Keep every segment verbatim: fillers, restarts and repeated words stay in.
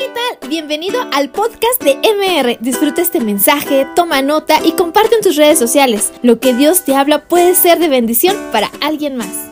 ¿qué tal? Bienvenido al podcast de M R. Disfruta este mensaje, toma nota y comparte en tus redes sociales. Lo que Dios te habla puede ser de bendición para alguien más.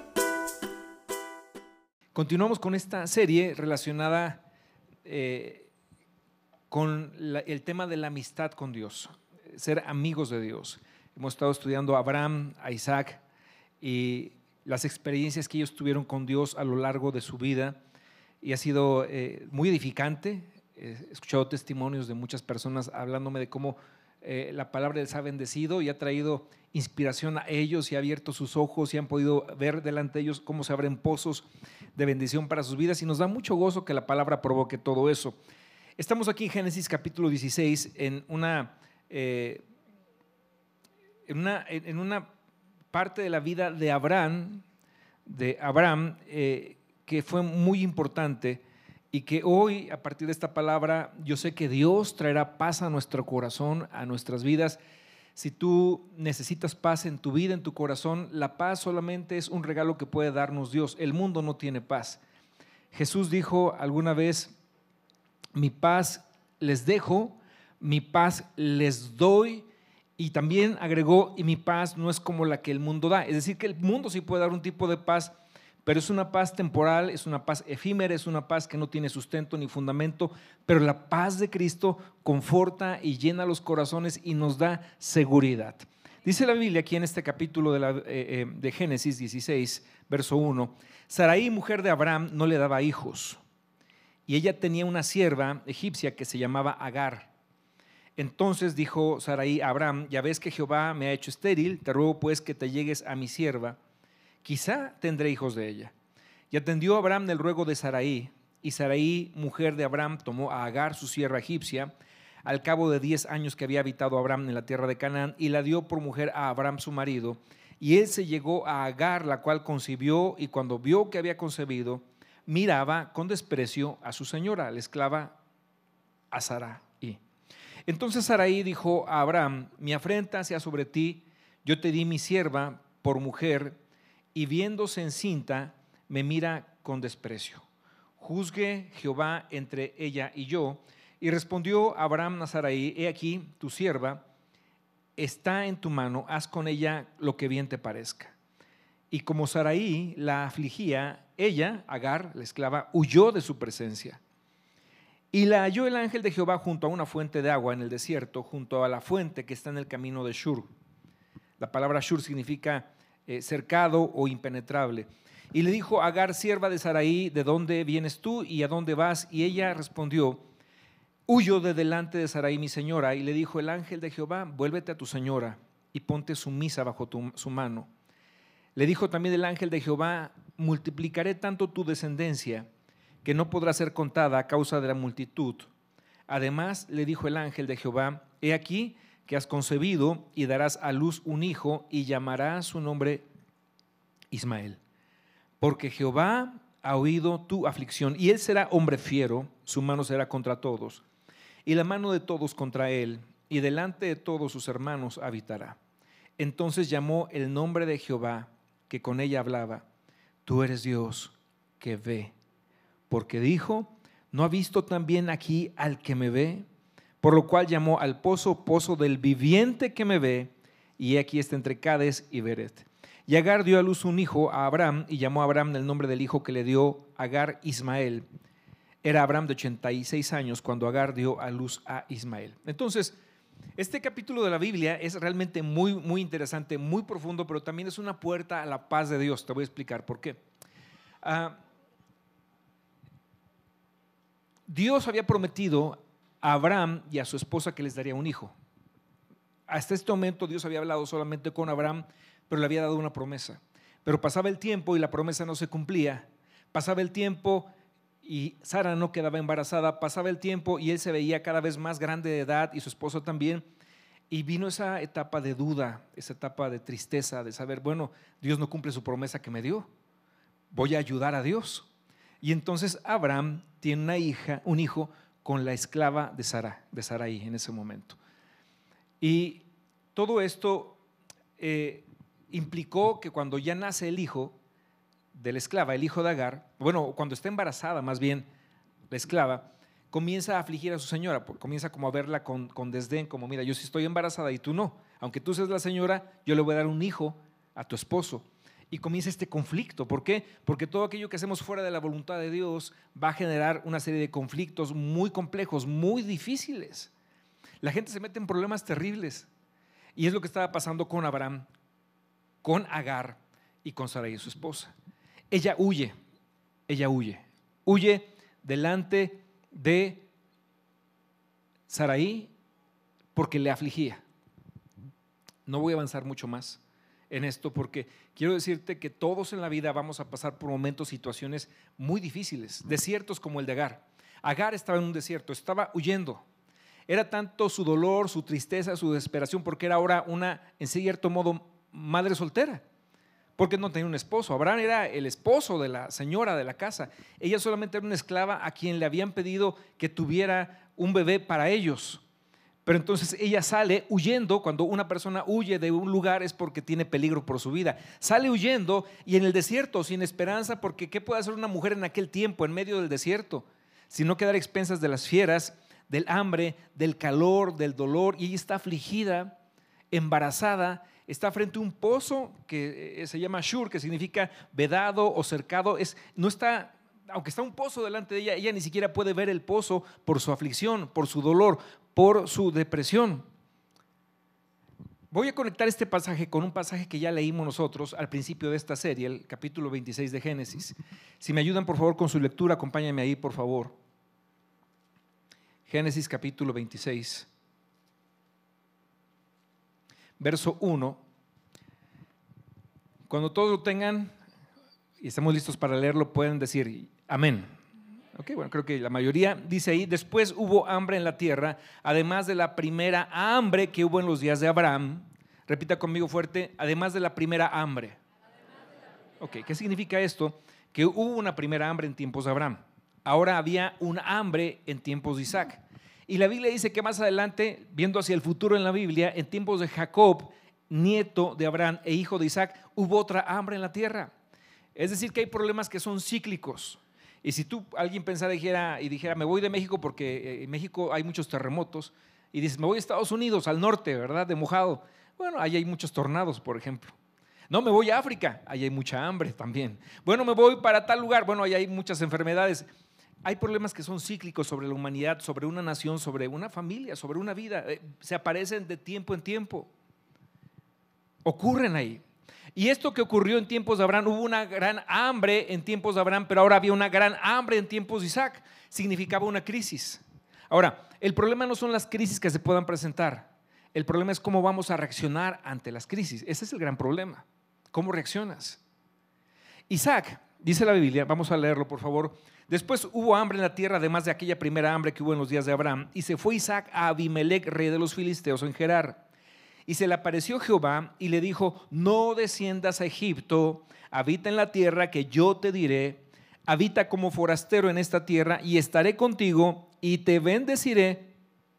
Continuamos con esta serie relacionada eh, con la, el tema de la amistad con Dios, ser amigos de Dios. Hemos estado estudiando a Abraham, a Isaac y las experiencias que ellos tuvieron con Dios a lo largo de su vida, y ha sido eh, muy edificante. He escuchado testimonios de muchas personas hablándome de cómo eh, la palabra les ha bendecido y ha traído inspiración a ellos y ha abierto sus ojos y han podido ver delante de ellos cómo se abren pozos de bendición para sus vidas, y nos da mucho gozo que la palabra provoque todo eso. Estamos aquí en Génesis capítulo dieciséis en una, eh, en una, en una parte de la vida de Abraham, de Abraham eh, que fue muy importante, y que hoy, a partir de esta palabra, yo sé que Dios traerá paz a nuestro corazón, a nuestras vidas. Si tú necesitas paz en tu vida, en tu corazón, la paz solamente es un regalo que puede darnos Dios. El mundo no tiene paz. Jesús dijo alguna vez: mi paz les dejo, mi paz les doy. Y también agregó: y mi paz no es como la que el mundo da. Es decir, que el mundo sí puede dar un tipo de paz, pero es una paz temporal, es una paz efímera, es una paz que no tiene sustento ni fundamento. Pero la paz de Cristo conforta y llena los corazones y nos da seguridad. Dice la Biblia aquí en este capítulo de, la, eh, eh, de Génesis dieciséis, verso uno: Sarai, mujer de Abraham, no le daba hijos, y ella tenía una sierva egipcia que se llamaba Agar. Entonces dijo Sarai a Abraham: ya ves que Jehová me ha hecho estéril, te ruego pues que te llegues a mi sierva, quizá tendré hijos de ella. Y atendió Abraham el ruego de Sarai, y Sarai, mujer de Abraham, tomó a Agar, su sierva egipcia, al cabo de diez años que había habitado Abraham en la tierra de Canaán, y la dio por mujer a Abraham su marido. Y él se llegó a Agar, la cual concibió, y cuando vio que había concebido, miraba con desprecio a su señora, la esclava a Sarai. Entonces Sarai dijo a Abraham: mi afrenta sea sobre ti, yo te di mi sierva por mujer, y viéndose encinta me mira con desprecio. Juzgue Jehová entre ella y yo. Y respondió Abraham a Sarai: he aquí tu sierva está en tu mano, haz con ella lo que bien te parezca. Y como Sarai la afligía, ella, Agar, la esclava, huyó de su presencia. Y la halló el ángel de Jehová junto a una fuente de agua en el desierto, junto a la fuente que está en el camino de Shur. La palabra Shur significa eh, cercado o impenetrable. Y le dijo: Agar, sierva de Sarai, ¿de dónde vienes tú y a dónde vas? Y ella respondió: huyo de delante de Sarai mi señora. Y le dijo el ángel de Jehová: vuélvete a tu señora y ponte sumisa bajo tu, su mano. Le dijo también el ángel de Jehová: multiplicaré tanto tu descendencia que no podrá ser contada a causa de la multitud. Además le dijo el ángel de Jehová: he aquí que has concebido y darás a luz un hijo, y llamarás su nombre Ismael, porque Jehová ha oído tu aflicción, y él será hombre fiero, su mano será contra todos, y la mano de todos contra él, y delante de todos sus hermanos habitará. Entonces llamó el nombre de Jehová, que con ella hablaba: tú eres Dios que ve. Porque dijo: ¿no ha visto también aquí al que me ve? Por lo cual llamó al pozo, pozo del viviente que me ve, y aquí está entre Cades y Beret. Y Agar dio a luz un hijo a Abraham, y llamó a Abraham el nombre del hijo que le dio Agar Ismael. Era Abraham de ochenta y seis años cuando Agar dio a luz a Ismael. Entonces, este capítulo de la Biblia es realmente muy, muy interesante, muy profundo, pero también es una puerta a la paz de Dios. Te voy a explicar por qué. Ah, Dios había prometido a Abraham y a su esposa que les daría un hijo. Hasta este momento Dios había hablado solamente con Abraham, pero le había dado una promesa. Pero pasaba el tiempo y la promesa no se cumplía. Pasaba el tiempo y Sara no quedaba embarazada. Pasaba el tiempo y él se veía cada vez más grande de edad, y su esposa también. Y vino esa etapa de duda, esa etapa de tristeza, de saber: bueno, Dios no cumple su promesa que me dio, voy a ayudar a Dios. Y entonces Abraham tiene una hija, un hijo con la esclava de Sara, de Sarai en ese momento. Y todo esto eh, implicó que cuando ya nace el hijo de la esclava, el hijo de Agar, bueno, cuando está embarazada más bien la esclava, comienza a afligir a su señora, comienza como a verla con, con desdén, como mira, yo sí estoy embarazada y tú no, aunque tú seas la señora, yo le voy a dar un hijo a tu esposo. Y comienza este conflicto. ¿Por qué? Porque todo aquello que hacemos fuera de la voluntad de Dios va a generar una serie de conflictos muy complejos, muy difíciles. La gente se mete en problemas terribles. Y es lo que estaba pasando con Abraham, con Agar y con Sarai, su esposa. Ella huye, ella huye, huye delante de Sarai porque le afligía. No voy a avanzar mucho más en esto porque quiero decirte que todos en la vida vamos a pasar por momentos, situaciones muy difíciles, desiertos como el de Agar. Agar estaba en un desierto, estaba huyendo. Era tanto su dolor, su tristeza, su desesperación, porque era ahora una, en cierto modo, madre soltera, porque no tenía un esposo. Abraham era el esposo de la señora de la casa. Ella solamente era una esclava a quien le habían pedido que tuviera un bebé para ellos. Pero entonces ella sale huyendo. Cuando una persona huye de un lugar es porque tiene peligro por su vida. Sale huyendo y en el desierto sin esperanza, porque ¿qué puede hacer una mujer en aquel tiempo en medio del desierto? Sino quedar a expensas de las fieras, del hambre, del calor, del dolor. Y ella está afligida, embarazada, está frente a un pozo que se llama Shur, que significa vedado o cercado. Es, no está... Aunque está un pozo delante de ella, ella ni siquiera puede ver el pozo por su aflicción, por su dolor, por su depresión. Voy a conectar este pasaje con un pasaje que ya leímos nosotros al principio de esta serie, el capítulo veintiséis de Génesis. Si me ayudan por favor con su lectura, acompáñenme ahí por favor. Génesis capítulo veintiséis, verso uno. Cuando todos lo tengan y estamos listos para leerlo, pueden decir amén. Ok, bueno, creo que la mayoría dice ahí: después hubo hambre en la tierra, además de la primera hambre que hubo en los días de Abraham. Repita conmigo fuerte: además de la primera hambre. Ok, ¿qué significa esto? Que hubo una primera hambre en tiempos de Abraham. Ahora había una hambre en tiempos de Isaac. Y la Biblia dice que más adelante, viendo hacia el futuro en la Biblia, en tiempos de Jacob, nieto de Abraham e hijo de Isaac, hubo otra hambre en la tierra. Es decir, que hay problemas que son cíclicos. Y si tú, alguien pensara dijera, y dijera, me voy de México porque en México hay muchos terremotos, y dices, me voy a Estados Unidos, al norte, ¿verdad?, de mojado. Bueno, ahí hay muchos tornados, por ejemplo. No, me voy a África, ahí hay mucha hambre también. Bueno, me voy para tal lugar, bueno, ahí hay muchas enfermedades. Hay problemas que son cíclicos sobre la humanidad, sobre una nación, sobre una familia, sobre una vida. Se aparecen de tiempo en tiempo. Ocurren ahí. Y esto que ocurrió en tiempos de Abraham, hubo una gran hambre en tiempos de Abraham, pero ahora había una gran hambre en tiempos de Isaac. Significaba una crisis. Ahora, el problema no son las crisis que se puedan presentar. El problema es cómo vamos a reaccionar ante las crisis. Ese es el gran problema. ¿Cómo reaccionas? Isaac, dice la Biblia, vamos a leerlo por favor. Después hubo hambre en la tierra, además de aquella primera hambre que hubo en los días de Abraham, y se fue Isaac a Abimelec, rey de los filisteos, en Gerar. Y se le apareció Jehová y le dijo: no desciendas a Egipto, habita en la tierra que yo te diré, habita como forastero en esta tierra, y estaré contigo y te bendeciré,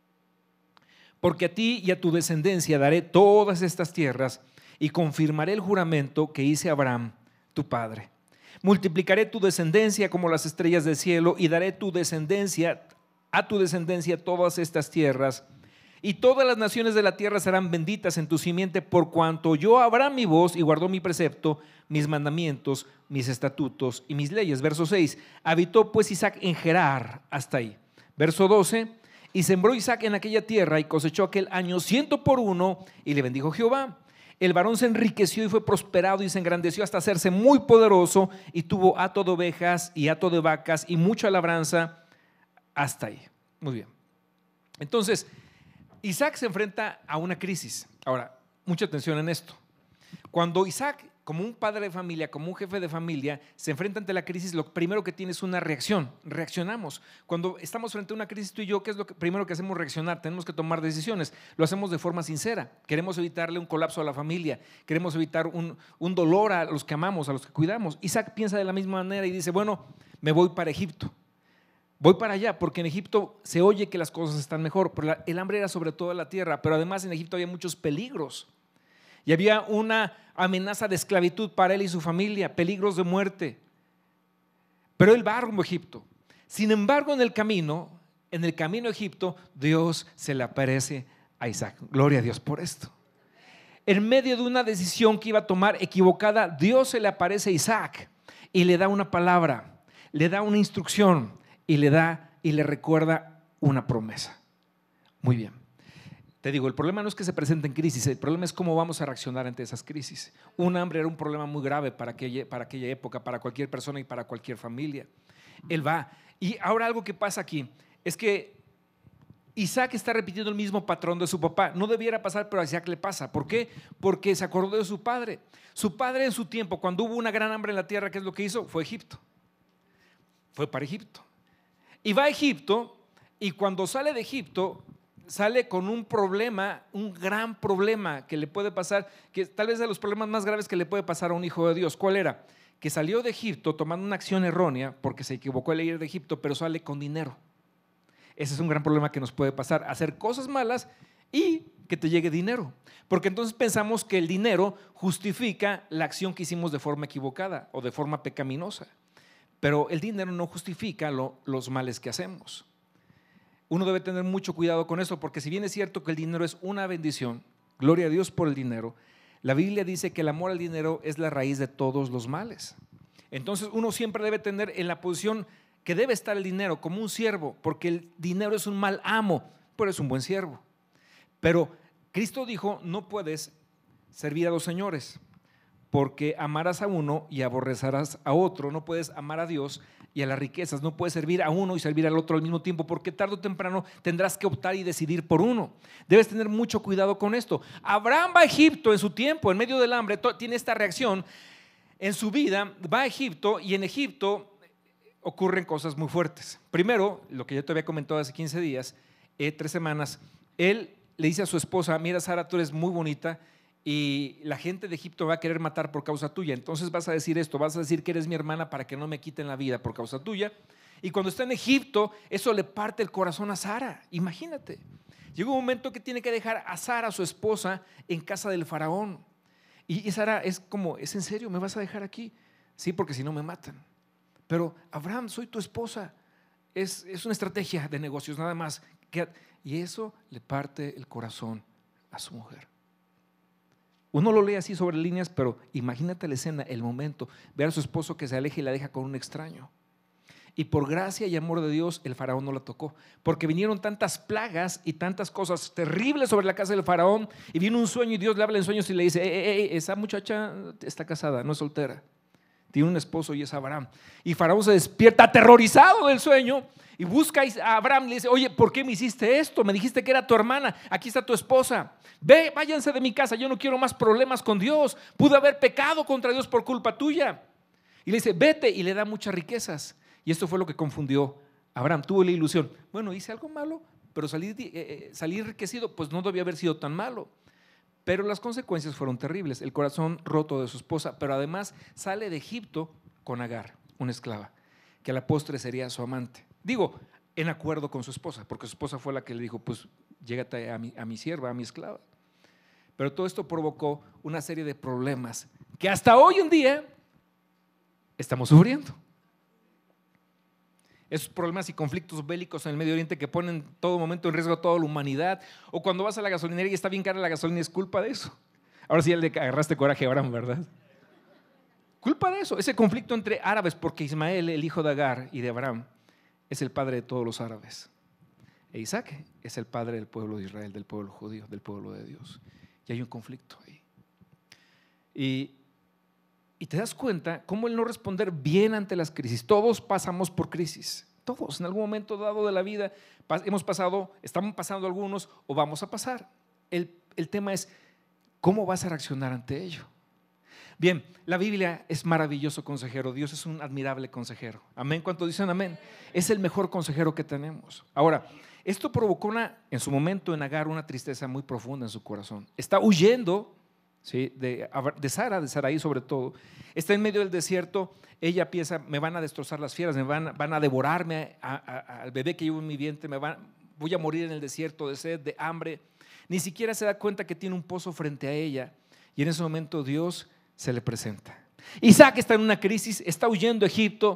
porque a ti y a tu descendencia daré todas estas tierras, y confirmaré el juramento que hice a Abraham, tu padre. Multiplicaré tu descendencia como las estrellas del cielo, y daré tu descendencia, a tu descendencia todas estas tierras, y todas las naciones de la tierra serán benditas en tu simiente, por cuanto oyó Abraham mi voz y guardó mi precepto, mis mandamientos, mis estatutos y mis leyes. Verso seis, habitó pues Isaac en Gerar, hasta ahí. Verso doce, y sembró Isaac en aquella tierra y cosechó aquel año ciento por uno, y le bendijo Jehová. El varón se enriqueció y fue prosperado y se engrandeció hasta hacerse muy poderoso, y tuvo hato de ovejas y hato de vacas y mucha labranza. Hasta ahí. Muy bien. Entonces, Isaac se enfrenta a una crisis. Ahora, mucha atención en esto. Cuando Isaac, como un padre de familia, como un jefe de familia, se enfrenta ante la crisis, lo primero que tiene es una reacción. Reaccionamos. Cuando estamos frente a una crisis, tú y yo, ¿qué es lo que primero que hacemos? Reaccionar. Tenemos que tomar decisiones. Lo hacemos de forma sincera. Queremos evitarle un colapso a la familia. Queremos evitar un, un dolor a los que amamos, a los que cuidamos. Isaac piensa de la misma manera y dice: bueno, me voy para Egipto. Voy para allá porque en Egipto se oye que las cosas están mejor, pero la, el hambre era sobre toda la tierra, pero además en Egipto había muchos peligros y había una amenaza de esclavitud para él y su familia, peligros de muerte. Pero él va rumbo a Egipto. Sin embargo, en el camino en el camino a Egipto, Dios se le aparece a Isaac. Gloria a Dios por esto. En medio de una decisión que iba a tomar equivocada, Dios se le aparece a Isaac y le da una palabra, le da una instrucción y le da y le recuerda una promesa. Muy bien. Te digo, el problema no es que se presenten crisis, el problema es cómo vamos a reaccionar ante esas crisis. Un hambre era un problema muy grave para aquella, para aquella época, para cualquier persona y para cualquier familia. Él va. Y ahora algo que pasa aquí es que Isaac está repitiendo el mismo patrón de su papá. No debiera pasar, pero a Isaac le pasa. ¿Por qué? Porque se acordó de su padre. Su padre en su tiempo, cuando hubo una gran hambre en la tierra, ¿qué es lo que hizo? Fue a Egipto. Fue para Egipto. Y va a Egipto, y cuando sale de Egipto, sale con un problema, un gran problema que le puede pasar, que tal vez de los problemas más graves que le puede pasar a un hijo de Dios. ¿Cuál era? Que salió de Egipto tomando una acción errónea porque se equivocó al ir de Egipto, pero sale con dinero. Ese es un gran problema que nos puede pasar, hacer cosas malas y que te llegue dinero, porque entonces pensamos que el dinero justifica la acción que hicimos de forma equivocada o de forma pecaminosa, pero el dinero no justifica lo, los males que hacemos. Uno debe tener mucho cuidado con eso, porque si bien es cierto que el dinero es una bendición, gloria a Dios por el dinero, la Biblia dice que el amor al dinero es la raíz de todos los males. Entonces uno siempre debe tener en la posición que debe estar el dinero como un siervo, porque el dinero es un mal amo, pero es un buen siervo. Pero Cristo dijo, no puedes servir a dos señores, porque amarás a uno y aborrecerás a otro. No puedes amar a Dios y a las riquezas, no puedes servir a uno y servir al otro al mismo tiempo, porque tarde o temprano tendrás que optar y decidir por uno. Debes tener mucho cuidado con esto. Abraham va a Egipto en su tiempo, en medio del hambre, tiene esta reacción en su vida, va a Egipto y en Egipto ocurren cosas muy fuertes. Primero, lo que yo te había comentado hace quince días, eh, tres semanas, él le dice a su esposa, mira Sara, tú eres muy bonita y la gente de Egipto va a querer matar por causa tuya, entonces vas a decir esto, vas a decir que eres mi hermana para que no me quiten la vida por causa tuya. Y cuando está en Egipto, eso le parte el corazón a Sara, imagínate. Llega un momento que tiene que dejar a Sara, su esposa, en casa del faraón. Y, y Sara es como, ¿es en serio? ¿Me vas a dejar aquí? Sí, porque si no me matan. Pero Abraham, soy tu esposa. Es, es una estrategia de negocios nada más. Y eso le parte el corazón a su mujer. Uno lo lee así sobre líneas, pero imagínate la escena, el momento, ver a su esposo que se aleja y la deja con un extraño. Y por gracia y amor de Dios, el faraón no la tocó, porque vinieron tantas plagas y tantas cosas terribles sobre la casa del faraón, y vino un sueño y Dios le habla en sueños y le dice, eh, eh, esa muchacha está casada, no es soltera, tiene un esposo y es Abraham. Y faraón se despierta aterrorizado del sueño y busca a Abraham y le dice, oye, ¿por qué me hiciste esto? Me dijiste que era tu hermana, aquí está tu esposa, ve, váyanse de mi casa, yo no quiero más problemas con Dios, pude haber pecado contra Dios por culpa tuya. Y le dice, vete, y le da muchas riquezas. Y esto fue lo que confundió a Abraham. Tuvo la ilusión, bueno, hice algo malo, pero salí, eh, salí enriquecido, pues no debía haber sido tan malo. Pero las consecuencias fueron terribles, el corazón roto de su esposa, pero además sale de Egipto con Agar, una esclava, que a la postre sería su amante. Digo, en acuerdo con su esposa, porque su esposa fue la que le dijo, pues llégate a mi, a mi sierva, a mi esclava. Pero todo esto provocó una serie de problemas que hasta hoy en día estamos sufriendo. Esos problemas y conflictos bélicos en el Medio Oriente que ponen en todo momento en riesgo a toda la humanidad. O cuando vas a la gasolinera y está bien cara la gasolina, es culpa de eso. Ahora sí ya le agarraste coraje a Abraham, ¿verdad? Culpa de eso, ese conflicto entre árabes, porque Ismael, el hijo de Agar y de Abraham, es el padre de todos los árabes. E Isaac es el padre del pueblo de Israel, del pueblo judío, del pueblo de Dios. Y hay un conflicto ahí. Y Y te das cuenta cómo el no responder bien ante las crisis. Todos pasamos por crisis, todos en algún momento dado de la vida hemos pasado, estamos pasando algunos o vamos a pasar. El, el tema es cómo vas a reaccionar ante ello. Bien, la Biblia es maravilloso consejero, Dios es un admirable consejero. Amén, ¿cuántos dicen amén? Es el mejor consejero que tenemos. Ahora, esto provocó una, en su momento en Agar una tristeza muy profunda en su corazón. Está huyendo, ¿sí? de, de Sara, de Sarai sobre todo. Está en medio del desierto, ella piensa, me van a destrozar las fieras, me van, van a devorarme a, a, al bebé que llevo en mi vientre, me van, voy a morir en el desierto de sed, de hambre. Ni siquiera se da cuenta que tiene un pozo frente a ella, y en ese momento Dios se le presenta. Isaac está en una crisis, está huyendo a Egipto,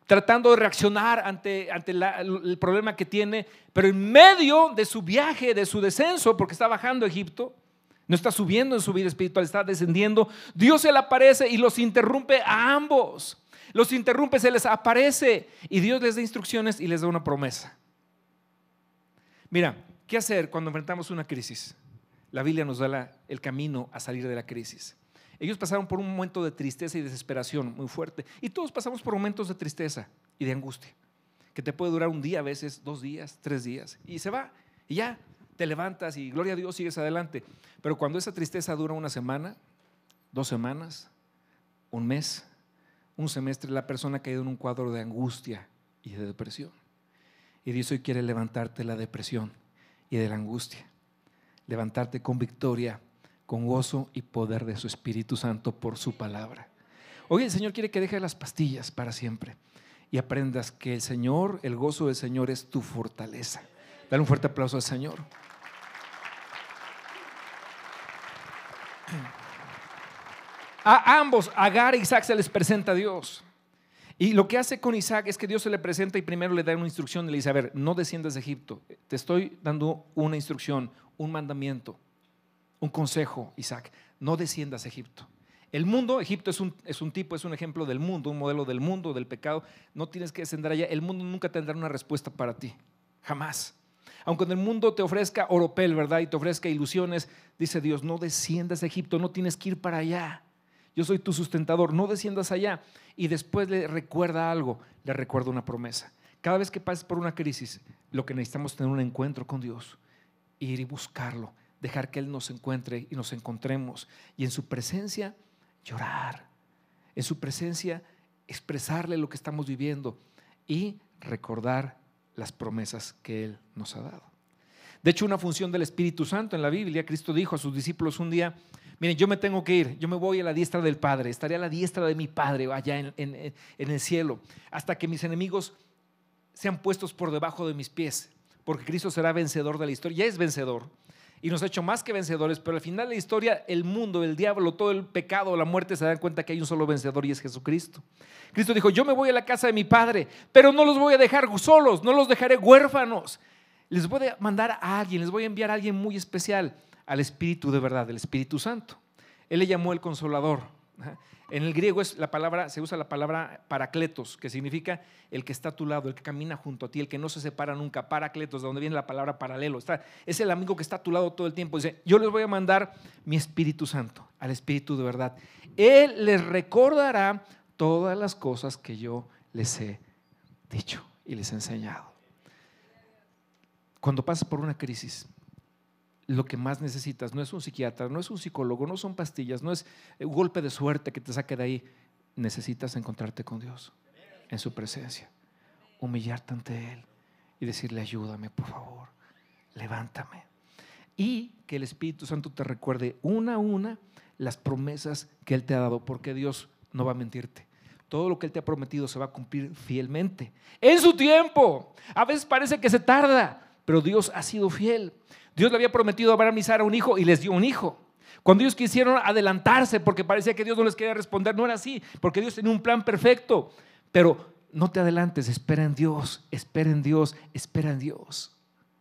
tratando de reaccionar ante, ante la, el problema que tiene, pero en medio de su viaje, de su descenso, porque está bajando a Egipto, no está subiendo en su vida espiritual, está descendiendo, Dios se le aparece y los interrumpe a ambos. Los interrumpe, se les aparece y Dios les da instrucciones y les da una promesa. Mira, ¿qué hacer cuando enfrentamos una crisis? La Biblia nos da la, el camino a salir de la crisis. Ellos pasaron por un momento de tristeza y desesperación muy fuerte, y todos pasamos por momentos de tristeza y de angustia, que te puede durar un día, a veces dos días, tres días, y se va, y ya te levantas y gloria a Dios, sigues adelante. Pero cuando esa tristeza dura una semana, dos semanas, un mes, un semestre, la persona ha caído en un cuadro de angustia y de depresión. Y Dios hoy quiere levantarte de la depresión y de la angustia, levantarte con victoria, con gozo y poder de su Espíritu Santo por su palabra. Hoy el Señor quiere que dejes las pastillas para siempre y aprendas que el Señor, el gozo del Señor es tu fortaleza. Dale un fuerte aplauso al Señor. A ambos, a Agar e Isaac, se les presenta a Dios. Y lo que hace con Isaac es que Dios se le presenta y primero le da una instrucción. Le dice: a ver, no desciendas de Egipto. Te estoy dando una instrucción, un mandamiento, un consejo, Isaac. No desciendas a Egipto. El mundo, Egipto es un, es un tipo, es un ejemplo del mundo, un modelo del mundo, del pecado. No tienes que descender allá. El mundo nunca tendrá una respuesta para ti, jamás. Aunque en el mundo te ofrezca oropel, ¿verdad? Y te ofrezca ilusiones, dice Dios: no desciendas a Egipto, no tienes que ir para allá. Yo soy tu sustentador, no desciendas allá. Y después le recuerda algo, le recuerda una promesa. Cada vez que pases por una crisis, lo que necesitamos es tener un encuentro con Dios, ir y buscarlo, dejar que Él nos encuentre y nos encontremos, y en su presencia llorar, en su presencia expresarle lo que estamos viviendo y recordar las promesas que Él nos ha dado. De hecho, una función del Espíritu Santo en la Biblia, Cristo dijo a sus discípulos un día: miren, yo me tengo que ir, yo me voy a la diestra del Padre, estaré a la diestra de mi Padre allá en, en, en el cielo, hasta que mis enemigos sean puestos por debajo de mis pies, porque Cristo será vencedor de la historia. Ya es vencedor y nos ha hecho más que vencedores, pero al final de la historia el mundo, el diablo, todo el pecado, la muerte se dan cuenta que hay un solo vencedor y es Jesucristo. Cristo dijo: yo me voy a la casa de mi Padre, pero no los voy a dejar solos, no los dejaré huérfanos. Les voy a mandar a alguien, les voy a enviar a alguien muy especial, al Espíritu de verdad, el Espíritu Santo. Él le llamó el Consolador. En el griego es la palabra, se usa la palabra paracletos, que significa el que está a tu lado, el que camina junto a ti, el que no se separa nunca. Paracletos, de donde viene la palabra paralelo. Está, es el amigo que está a tu lado todo el tiempo. Dice: yo les voy a mandar mi Espíritu Santo, al Espíritu de verdad. Él les recordará todas las cosas que yo les he dicho y les he enseñado. Cuando pasas por una crisis, lo que más necesitas no es un psiquiatra, no es un psicólogo, no son pastillas, no es un golpe de suerte que te saque de ahí. Necesitas encontrarte con Dios en su presencia, humillarte ante Él y decirle: ayúdame, por favor, levántame. Y que el Espíritu Santo te recuerde una a una las promesas que Él te ha dado, porque Dios no va a mentirte. Todo lo que Él te ha prometido se va a cumplir fielmente, en su tiempo. A veces parece que se tarda, pero Dios ha sido fiel. Dios le había prometido a Abraham y Sara un hijo y les dio un hijo. Cuando ellos quisieron adelantarse porque parecía que Dios no les quería responder, no era así, porque Dios tenía un plan perfecto. Pero no te adelantes, espera en Dios, espera en Dios, espera en Dios.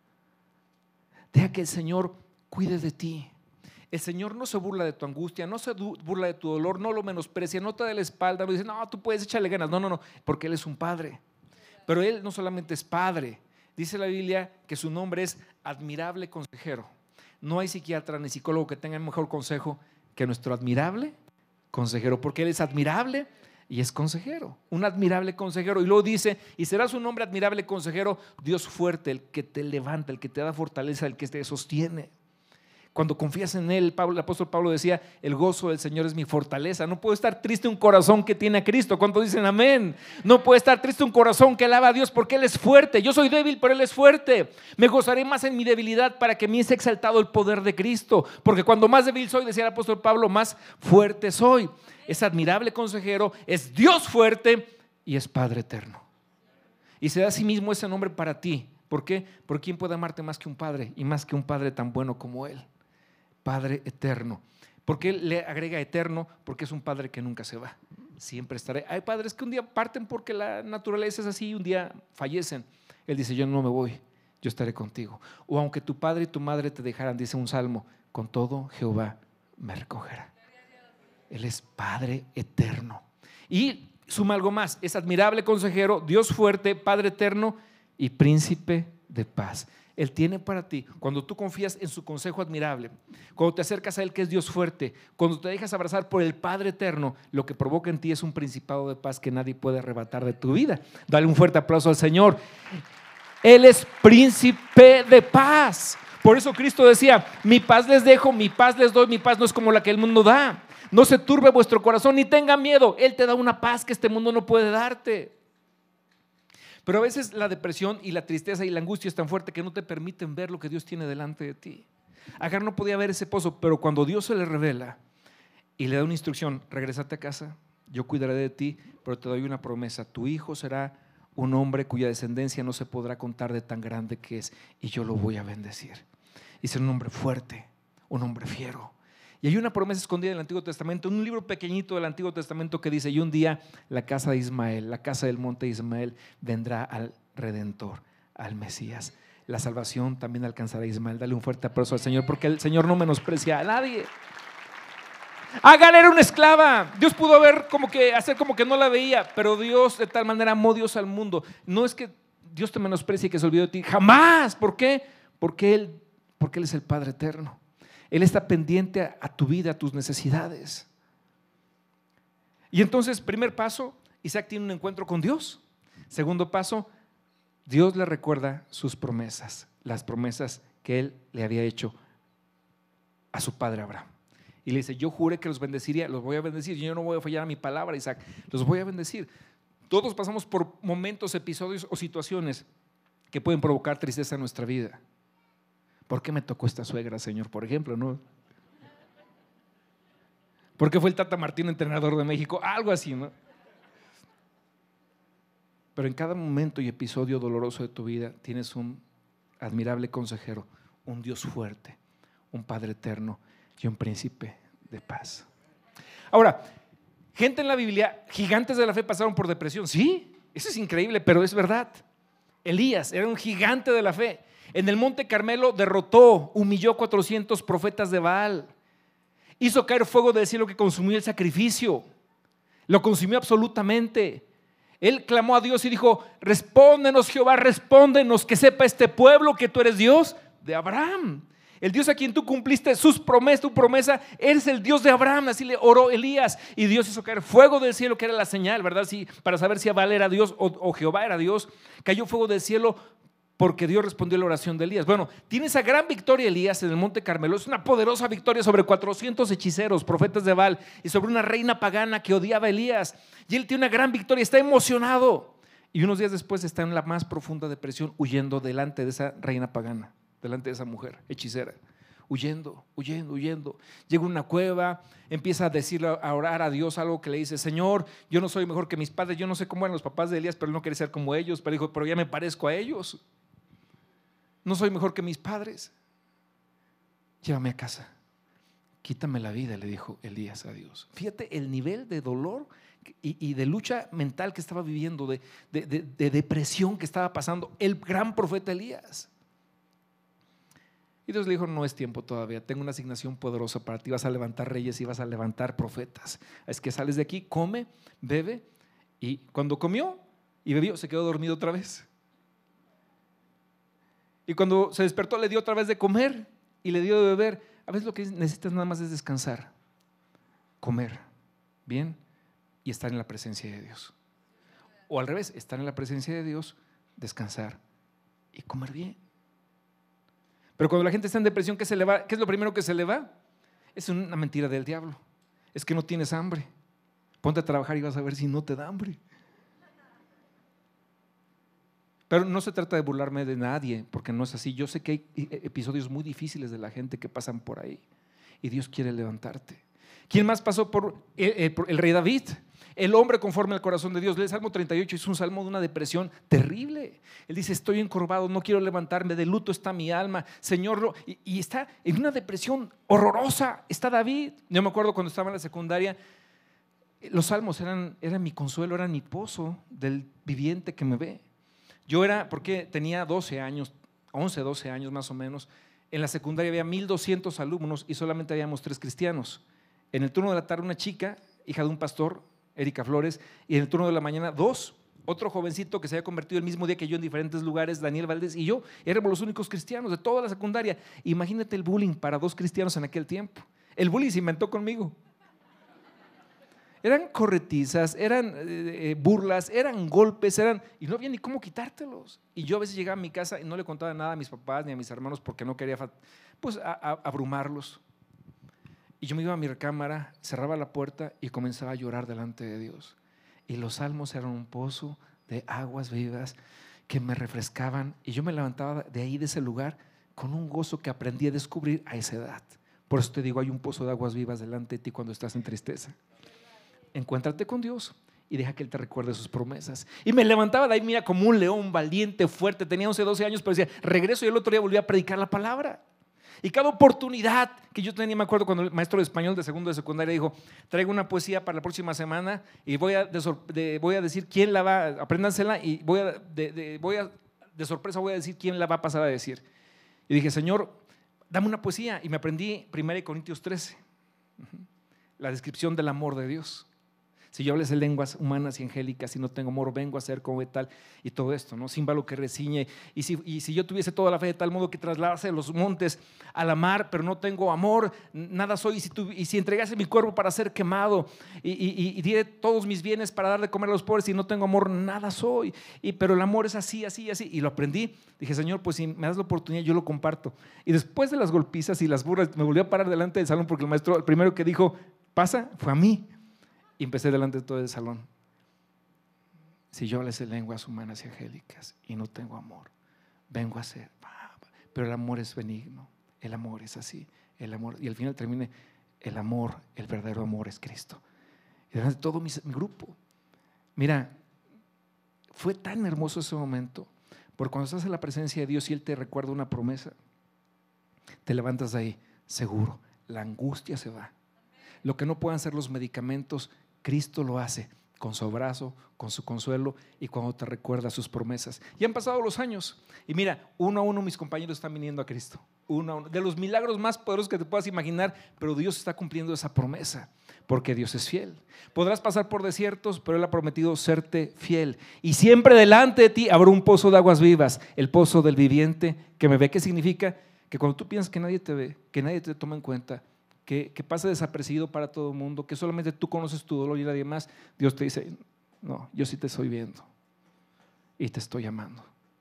Deja que el Señor cuide de ti. El Señor no se burla de tu angustia, no se burla de tu dolor, no lo menosprecia, no te da la espalda, no dice: no, tú puedes echarle ganas. No, no, no, porque Él es un Padre. Pero Él no solamente es Padre. Dice la Biblia que su nombre es admirable consejero. No hay psiquiatra ni psicólogo que tenga mejor consejo que nuestro admirable consejero, porque Él es admirable y es consejero, un admirable consejero. Y luego dice: y será su nombre admirable consejero, Dios fuerte, el que te levanta, el que te da fortaleza, el que te sostiene. Cuando confías en Él, Pablo, el apóstol Pablo decía: el gozo del Señor es mi fortaleza. No puede estar triste un corazón que tiene a Cristo. ¿Cuántos dicen amén? No puede estar triste un corazón que alaba a Dios, porque Él es fuerte. Yo soy débil, pero Él es fuerte. Me gozaré más en mi debilidad, para que a mí sea exaltado el poder de Cristo. Porque cuando más débil soy, decía el apóstol Pablo, más fuerte soy. Es admirable consejero, es Dios fuerte y es Padre eterno. Y se da a sí mismo ese nombre para ti. ¿Por qué? Porque ¿quién puede amarte más que un padre? Y más que un padre tan bueno como Él. Padre eterno. ¿Por qué le agrega eterno? Porque es un Padre que nunca se va. siempre estaré. Hay padres que un día parten porque la naturaleza es así y un día fallecen. Él dice, yo no me voy, yo estaré contigo. O aunque tu padre y tu madre te dejaran, dice un salmo, con todo Jehová me recogerá. Él es Padre eterno. Y suma algo más, es admirable consejero, Dios fuerte, Padre eterno y príncipe de paz. Él tiene para ti, cuando tú confías en su consejo admirable, cuando te acercas a Él que es Dios fuerte, cuando te dejas abrazar por el Padre eterno, lo que provoca en ti es un principado de paz que nadie puede arrebatar de tu vida. Dale un fuerte aplauso al Señor. Él es príncipe de paz. Por eso Cristo decía, mi paz les dejo, mi paz les doy, mi paz no es como la que el mundo da. No se turbe vuestro corazón ni tenga miedo. Él te da una paz que este mundo no puede darte. Pero a veces la depresión y la tristeza y la angustia es tan fuerte que no te permiten ver lo que Dios tiene delante de ti. Agar no podía ver ese pozo, pero cuando Dios se le revela y le da una instrucción, regrésate a casa, yo cuidaré de ti, pero te doy una promesa, tu hijo será un hombre cuya descendencia no se podrá contar de tan grande que es, y yo lo voy a bendecir. Y será un hombre fuerte, un hombre fiero. Y hay una promesa escondida en el Antiguo Testamento, un libro pequeñito del Antiguo Testamento que dice, y un día la casa de Ismael, la casa del monte de Ismael vendrá al Redentor, al Mesías. La salvación también alcanzará a Ismael. Dale un fuerte aplauso al Señor, porque el Señor no menosprecia a nadie. Agar era una esclava. Dios pudo haber como que hacer como que no la veía, pero Dios de tal manera amó Dios al mundo. No es que Dios te menosprecie y que se olvidó de ti, jamás. ¿Por qué? Porque Él, porque Él es el Padre eterno. Él está pendiente a, a tu vida, a tus necesidades. Y entonces, primer paso, Isaac tiene un encuentro con Dios. Segundo paso, Dios le recuerda sus promesas, las promesas que Él le había hecho a su padre Abraham. Y le dice, yo juré que los bendeciría, los voy a bendecir, yo no voy a fallar a mi palabra, Isaac, los voy a bendecir. Todos pasamos por momentos, episodios o situaciones que pueden provocar tristeza en nuestra vida. ¿Por qué me tocó esta suegra, Señor? Por ejemplo, ¿no? ¿Por qué fue el Tata Martino entrenador de México? Algo así, ¿no? Pero en cada momento y episodio doloroso de tu vida tienes un admirable consejero, un Dios fuerte, un Padre eterno y un príncipe de paz. Ahora, gente en la Biblia, gigantes de la fe pasaron por depresión. Sí, eso es increíble, pero es verdad. Elías era un gigante de la fe. En el Monte Carmelo derrotó, humilló cuatrocientos profetas de Baal. Hizo caer fuego del cielo que consumió el sacrificio. Lo consumió absolutamente. Él clamó a Dios y dijo, respóndenos Jehová, respóndenos, que sepa este pueblo que tú eres Dios de Abraham. El Dios a quien tú cumpliste sus promesas, tu promesa, eres el Dios de Abraham. Así le oró Elías y Dios hizo caer fuego del cielo, que era la señal, ¿verdad? Sí, para saber si Baal era Dios o, o Jehová era Dios. Cayó fuego del cielo porque Dios respondió a la oración de Elías. Bueno, tiene esa gran victoria Elías en el Monte Carmelo. Es una poderosa victoria sobre cuatrocientos hechiceros, profetas de Baal, y sobre una reina pagana que odiaba a Elías. Y él tiene una gran victoria, está emocionado. Y unos días después está en la más profunda depresión, huyendo delante de esa reina pagana, delante de esa mujer hechicera. Huyendo, huyendo, huyendo. Llega a una cueva, empieza a decirle, a orar a Dios algo que le dice, Señor, yo no soy mejor que mis padres, yo no sé cómo eran los papás de Elías, pero él no quiere ser como ellos. Pero dijo, pero ya me parezco a ellos. No soy mejor que mis padres. Llévame a casa. Quítame la vida, le dijo Elías a Dios. Fíjate el nivel de dolor y, y de lucha mental que estaba viviendo, de, de, de, de depresión que estaba pasando el gran profeta Elías. Y Dios le dijo, no es tiempo todavía, tengo una asignación poderosa para ti, vas a levantar reyes y vas a levantar profetas. Es que sales de aquí, come, bebe, y cuando comió y bebió se quedó dormido otra vez. Y cuando se despertó le dio otra vez de comer y le dio de beber. A veces lo que necesitas nada más es descansar, comer bien y estar en la presencia de Dios. O al revés, estar en la presencia de Dios, descansar y comer bien. Pero cuando la gente está en depresión, ¿qué se le va? ¿Qué es lo primero que se le va? Es una mentira del diablo. Es que no tienes hambre. Ponte a trabajar y vas a ver si no te da hambre. Pero no se trata de burlarme de nadie, porque no es así. Yo sé que hay episodios muy difíciles de la gente que pasan por ahí y Dios quiere levantarte. ¿Quién más pasó por el, el, por el rey David? El hombre conforme al corazón de Dios. El Salmo treinta y ocho es un salmo de una depresión terrible. Él dice, estoy encorvado, no quiero levantarme, de luto está mi alma, Señor. No. Y, y está en una depresión horrorosa. Está David. Yo me acuerdo cuando estaba en la secundaria, Los salmos eran, eran mi consuelo, eran mi pozo del viviente que me ve. Yo era, porque tenía doce años, once, doce años más o menos. En la secundaria había mil doscientos alumnos y solamente habíamos tres cristianos. En el turno de la tarde una chica, hija de un pastor, Erika Flores, y en el turno de la mañana dos, otro jovencito que se había convertido el mismo día que yo en diferentes lugares, Daniel Valdés, y yo éramos los únicos cristianos de toda la secundaria. Imagínate el bullying para dos cristianos en aquel tiempo. El bullying se inventó conmigo. Eran corretizas, eran eh, burlas, eran golpes, eran y no había ni cómo quitártelos. Y yo a veces llegaba a mi casa y no le contaba nada a mis papás ni a mis hermanos porque no quería pues, a, a, abrumarlos. Y yo me iba a mi recámara, cerraba la puerta y comenzaba a llorar delante de Dios. Y los salmos eran un pozo de aguas vivas que me refrescaban. Y yo me levantaba de ahí, de ese lugar, con un gozo que aprendí a descubrir a esa edad. Por eso te digo, hay un pozo de aguas vivas delante de ti cuando estás en tristeza. Encuéntrate con Dios y deja que Él te recuerde sus promesas. Y me levantaba de ahí, mira, como un león valiente, fuerte. Tenía once, doce años, pero decía, regreso y el otro día volví a predicar la palabra. Y cada oportunidad que yo tenía, me acuerdo cuando el maestro de español de segundo de secundaria dijo, traigo una poesía para la próxima semana y voy a, de, de, voy a decir quién la va, apréndansela y voy a de, de, voy a, de sorpresa voy a decir quién la va a pasar a decir. Y dije, Señor, dame una poesía. Y me aprendí primera de Corintios trece, la descripción del amor de Dios. Si yo hables de lenguas humanas y angélicas y no tengo amor, vengo a ser como de tal y todo esto, ¿no? Címbalo que reciñe. Y si, y si yo tuviese toda la fe de tal modo que trasladase los montes a la mar, pero no tengo amor, nada soy. Y si, tu, y si entregase mi cuerpo para ser quemado y, y, y diere todos mis bienes para dar de comer a los pobres y no tengo amor, nada soy. Y, pero el amor es así, así, así. Y lo aprendí. Dije, Señor, pues si me das la oportunidad, yo lo comparto. Y después de las golpizas y las burlas, me volví a parar delante del salón porque el maestro, el primero que dijo, pasa, fue a mí. Y empecé delante de todo el salón. Si yo hablase lenguas humanas y angélicas y no tengo amor, vengo a ser. Pero el amor es benigno, el amor es así, el amor. Y al final termine, el amor, el verdadero amor es Cristo. Y delante de todo mi, mi grupo. Mira, fue tan hermoso ese momento, porque cuando estás en la presencia de Dios y Él te recuerda una promesa, te levantas de ahí seguro, la angustia se va. Lo que no puedan ser los medicamentos, Cristo lo hace con su abrazo, con su consuelo y cuando te recuerda sus promesas. Y han pasado los años y mira, uno a uno mis compañeros están viniendo a Cristo, uno a uno, de los milagros más poderosos que te puedas imaginar, pero Dios está cumpliendo esa promesa porque Dios es fiel. Podrás pasar por desiertos, pero Él ha prometido serte fiel y siempre delante de ti habrá un pozo de aguas vivas, el pozo del viviente que me ve. ¿Qué significa? Que cuando tú piensas que nadie te ve, que nadie te toma en cuenta, Que, que pasa desapercibido para todo el mundo, que solamente tú conoces tu dolor y nadie más, Dios te dice, no, yo sí te estoy viendo y te estoy amando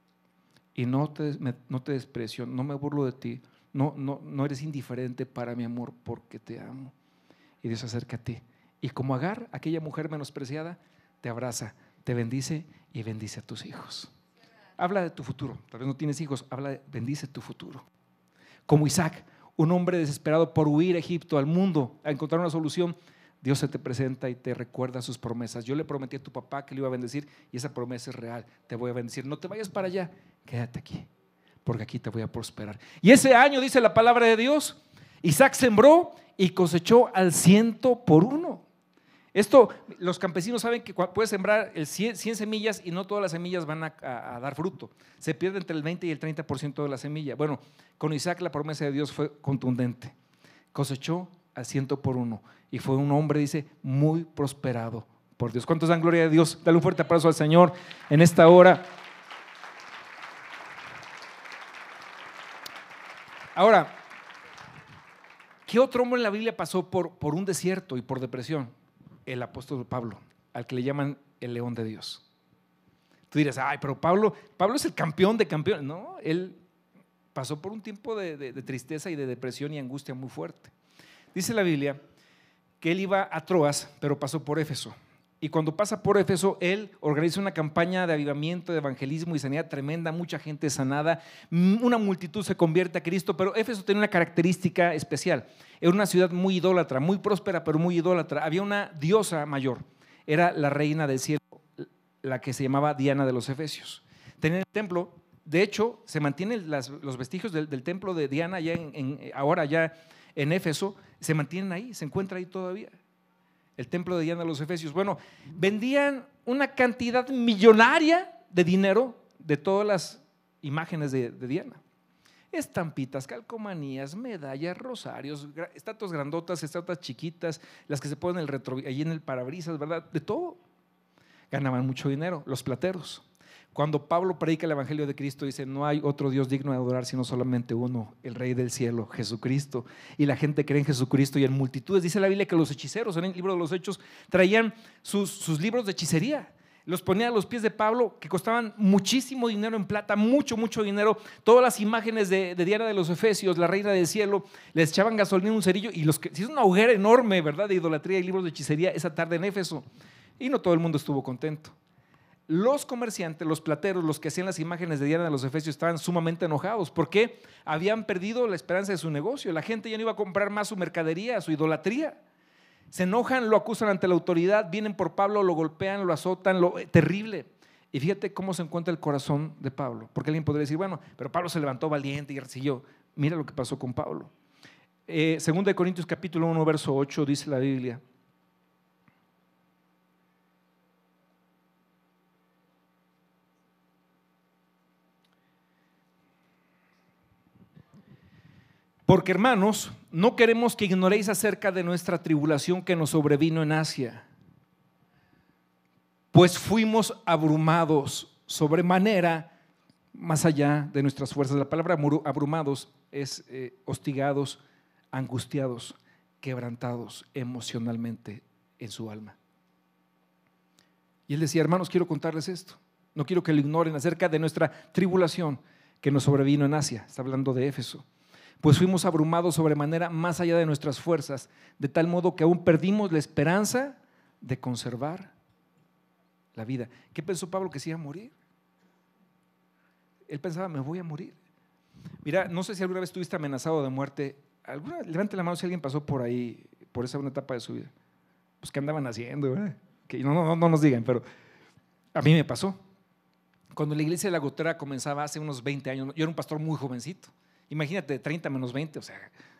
y no te, me, no te desprecio, no me burlo de ti, no, no, no eres indiferente para mi amor porque te amo. Y Dios se acerca a ti y como Agar, aquella mujer menospreciada, te abraza, te bendice y bendice a tus hijos. Habla de tu futuro, tal vez no tienes hijos, habla de, bendice tu futuro. Como Isaac, un hombre desesperado por huir a Egipto, al mundo, a encontrar una solución, Dios se te presenta y te recuerda sus promesas. Yo le prometí a tu papá que le iba a bendecir y esa promesa es real, te voy a bendecir. No te vayas para allá, quédate aquí, porque aquí te voy a prosperar. Y ese año, dice la palabra de Dios, Isaac sembró y cosechó al ciento por uno. Esto, los campesinos saben que puedes sembrar el cien, cien semillas y no todas las semillas van a, a, a dar fruto. Se pierde entre el veinte y el treinta por ciento de la semilla. Bueno, con Isaac la promesa de Dios fue contundente. Cosechó al ciento por uno y fue un hombre, dice, muy prosperado por Dios. ¿Cuántos dan gloria a Dios? Dale un fuerte aplauso al Señor en esta hora. Ahora, ¿qué otro hombre en la Biblia pasó por, por un desierto y por depresión? El apóstol Pablo, al que le llaman el león de Dios. Tú dirás, ay, pero Pablo, Pablo es el campeón de campeones. No, él pasó por un tiempo de, de, de tristeza y de depresión y angustia muy fuerte. Dice la Biblia que él iba a Troas, pero pasó por Éfeso. Y cuando pasa por Éfeso, él organiza una campaña de avivamiento, de evangelismo y sanidad tremenda, mucha gente sanada, una multitud se convierte a Cristo, pero Éfeso tenía una característica especial. Era una ciudad muy idólatra, muy próspera, pero muy idólatra. Había una diosa mayor, era la reina del cielo, la que se llamaba Diana de los Efesios. Tenía el templo, de hecho, se mantienen las, los vestigios del, del templo de Diana, ya en, en, ahora ya en Éfeso, se mantienen ahí, se encuentra ahí todavía. el templo de Diana de los Efesios. Bueno, vendían una cantidad millonaria de dinero de todas las imágenes de, de Diana. Estampitas, calcomanías, medallas, rosarios, estatuas grandotas, estatuas chiquitas, las que se ponen en el retro, allí en el parabrisas, ¿verdad? De todo. Ganaban mucho dinero, los plateros. Cuando Pablo predica el Evangelio de Cristo, dice: no hay otro Dios digno de adorar sino solamente uno, el Rey del cielo, Jesucristo. Y la gente cree en Jesucristo y en multitudes. Dice la Biblia que los hechiceros en el libro de los Hechos traían sus, sus libros de hechicería. Los ponían a los pies de Pablo, que costaban muchísimo dinero en plata, mucho, mucho dinero. Todas las imágenes de, de Diana de los Efesios, la reina del cielo, les echaban gasolina en un cerillo y los que, se hizo una hoguera enorme, ¿verdad?, de idolatría y libros de hechicería esa tarde en Éfeso. Y no todo el mundo estuvo contento. Los comerciantes, los plateros, los que hacían las imágenes de Diana de los Efesios estaban sumamente enojados porque habían perdido la esperanza de su negocio. La gente ya no iba a comprar más su mercadería, su idolatría. Se enojan, lo acusan ante la autoridad, vienen por Pablo, lo golpean, lo azotan, lo, eh, terrible. Y fíjate cómo se encuentra el corazón de Pablo, porque alguien podría decir: bueno, pero Pablo se levantó valiente y siguió. Mira lo que pasó con Pablo. Eh, Segunda de Corintios capítulo uno, verso ocho, dice la Biblia: porque, hermanos, no queremos que ignoréis acerca de nuestra tribulación que nos sobrevino en Asia, pues fuimos abrumados sobremanera, más allá de nuestras fuerzas. La palabra abrumados es eh, hostigados, angustiados, quebrantados emocionalmente en su alma. Y él decía: hermanos, quiero contarles esto, no quiero que lo ignoren acerca de nuestra tribulación que nos sobrevino en Asia. Está hablando de Éfeso. Pues fuimos abrumados sobremanera, más allá de nuestras fuerzas, de tal modo que aún perdimos la esperanza de conservar la vida. ¿Qué pensó Pablo? Que se iba a morir. Él pensaba: me voy a morir. Mira, no sé si alguna vez estuviste amenazado de muerte. ¿Alguna? Levante la mano si alguien pasó por ahí, por esa una etapa de su vida. Pues ¿qué andaban haciendo? ¿Verdad? Que no, no, no nos digan, pero a mí me pasó. Cuando la iglesia de La Gotera comenzaba hace unos veinte años, yo era un pastor muy jovencito. Imagínate, treinta menos veinte, o sea,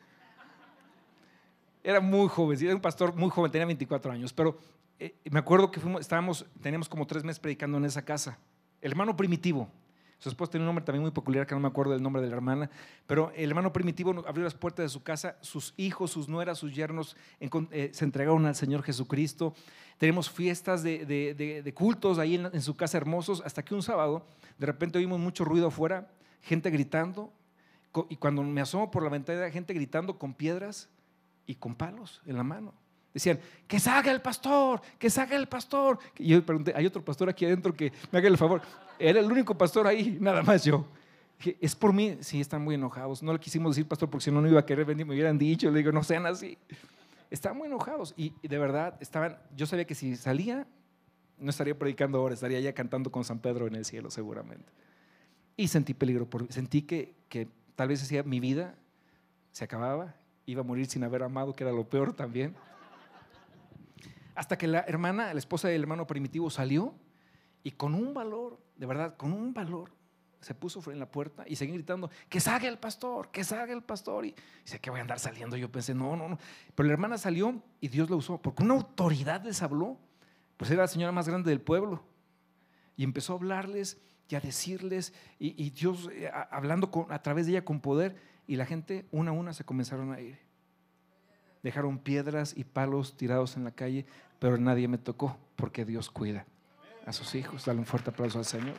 era muy joven, era un pastor muy joven, tenía veinticuatro años, pero eh, me acuerdo que fuimos, estábamos, teníamos como tres meses predicando en esa casa. El hermano Primitivo, su esposa tenía un nombre también muy peculiar, que no me acuerdo del nombre de la hermana, pero el hermano Primitivo abrió las puertas de su casa, sus hijos, sus nueras, sus yernos eh, se entregaron al Señor Jesucristo. Tenemos fiestas de, de, de, de cultos ahí en, en su casa hermosos, hasta que un sábado de repente oímos mucho ruido afuera, gente gritando. Y cuando me asomo por la ventana, gente gritando con piedras y con palos en la mano. Decían: que salga el pastor, que salga el pastor. Y yo pregunté: ¿hay otro pastor aquí adentro que me haga el favor? Era el único pastor ahí, nada más yo. Dije: ¿es por mí? Sí, están muy enojados. No le quisimos decir pastor porque si no, no iba a querer venir, me hubieran dicho. Le digo: no sean así. Estaban muy enojados y, y de verdad estaban. Yo sabía que si salía, no estaría predicando ahora, estaría ya cantando con San Pedro en el cielo seguramente. Y sentí peligro, por, sentí que, que tal vez decía: mi vida se acababa, iba a morir sin haber amado, que era lo peor también. Hasta que la hermana, la esposa del hermano Primitivo salió y con un valor, de verdad, con un valor, se puso en la puerta y seguían gritando: que salga el pastor, que salga el pastor. Y dice: ¿qué voy a andar saliendo? Yo pensé: no, no, no. Pero la hermana salió y Dios la usó, porque una autoridad les habló. Pues era la señora más grande del pueblo y empezó a hablarles y a decirles, y, y Dios eh, a, hablando con, a través de ella con poder, y la gente una a una se comenzaron a ir. Dejaron piedras y palos tirados en la calle, pero nadie me tocó, porque Dios cuida a sus hijos. Dale un fuerte aplauso al Señor.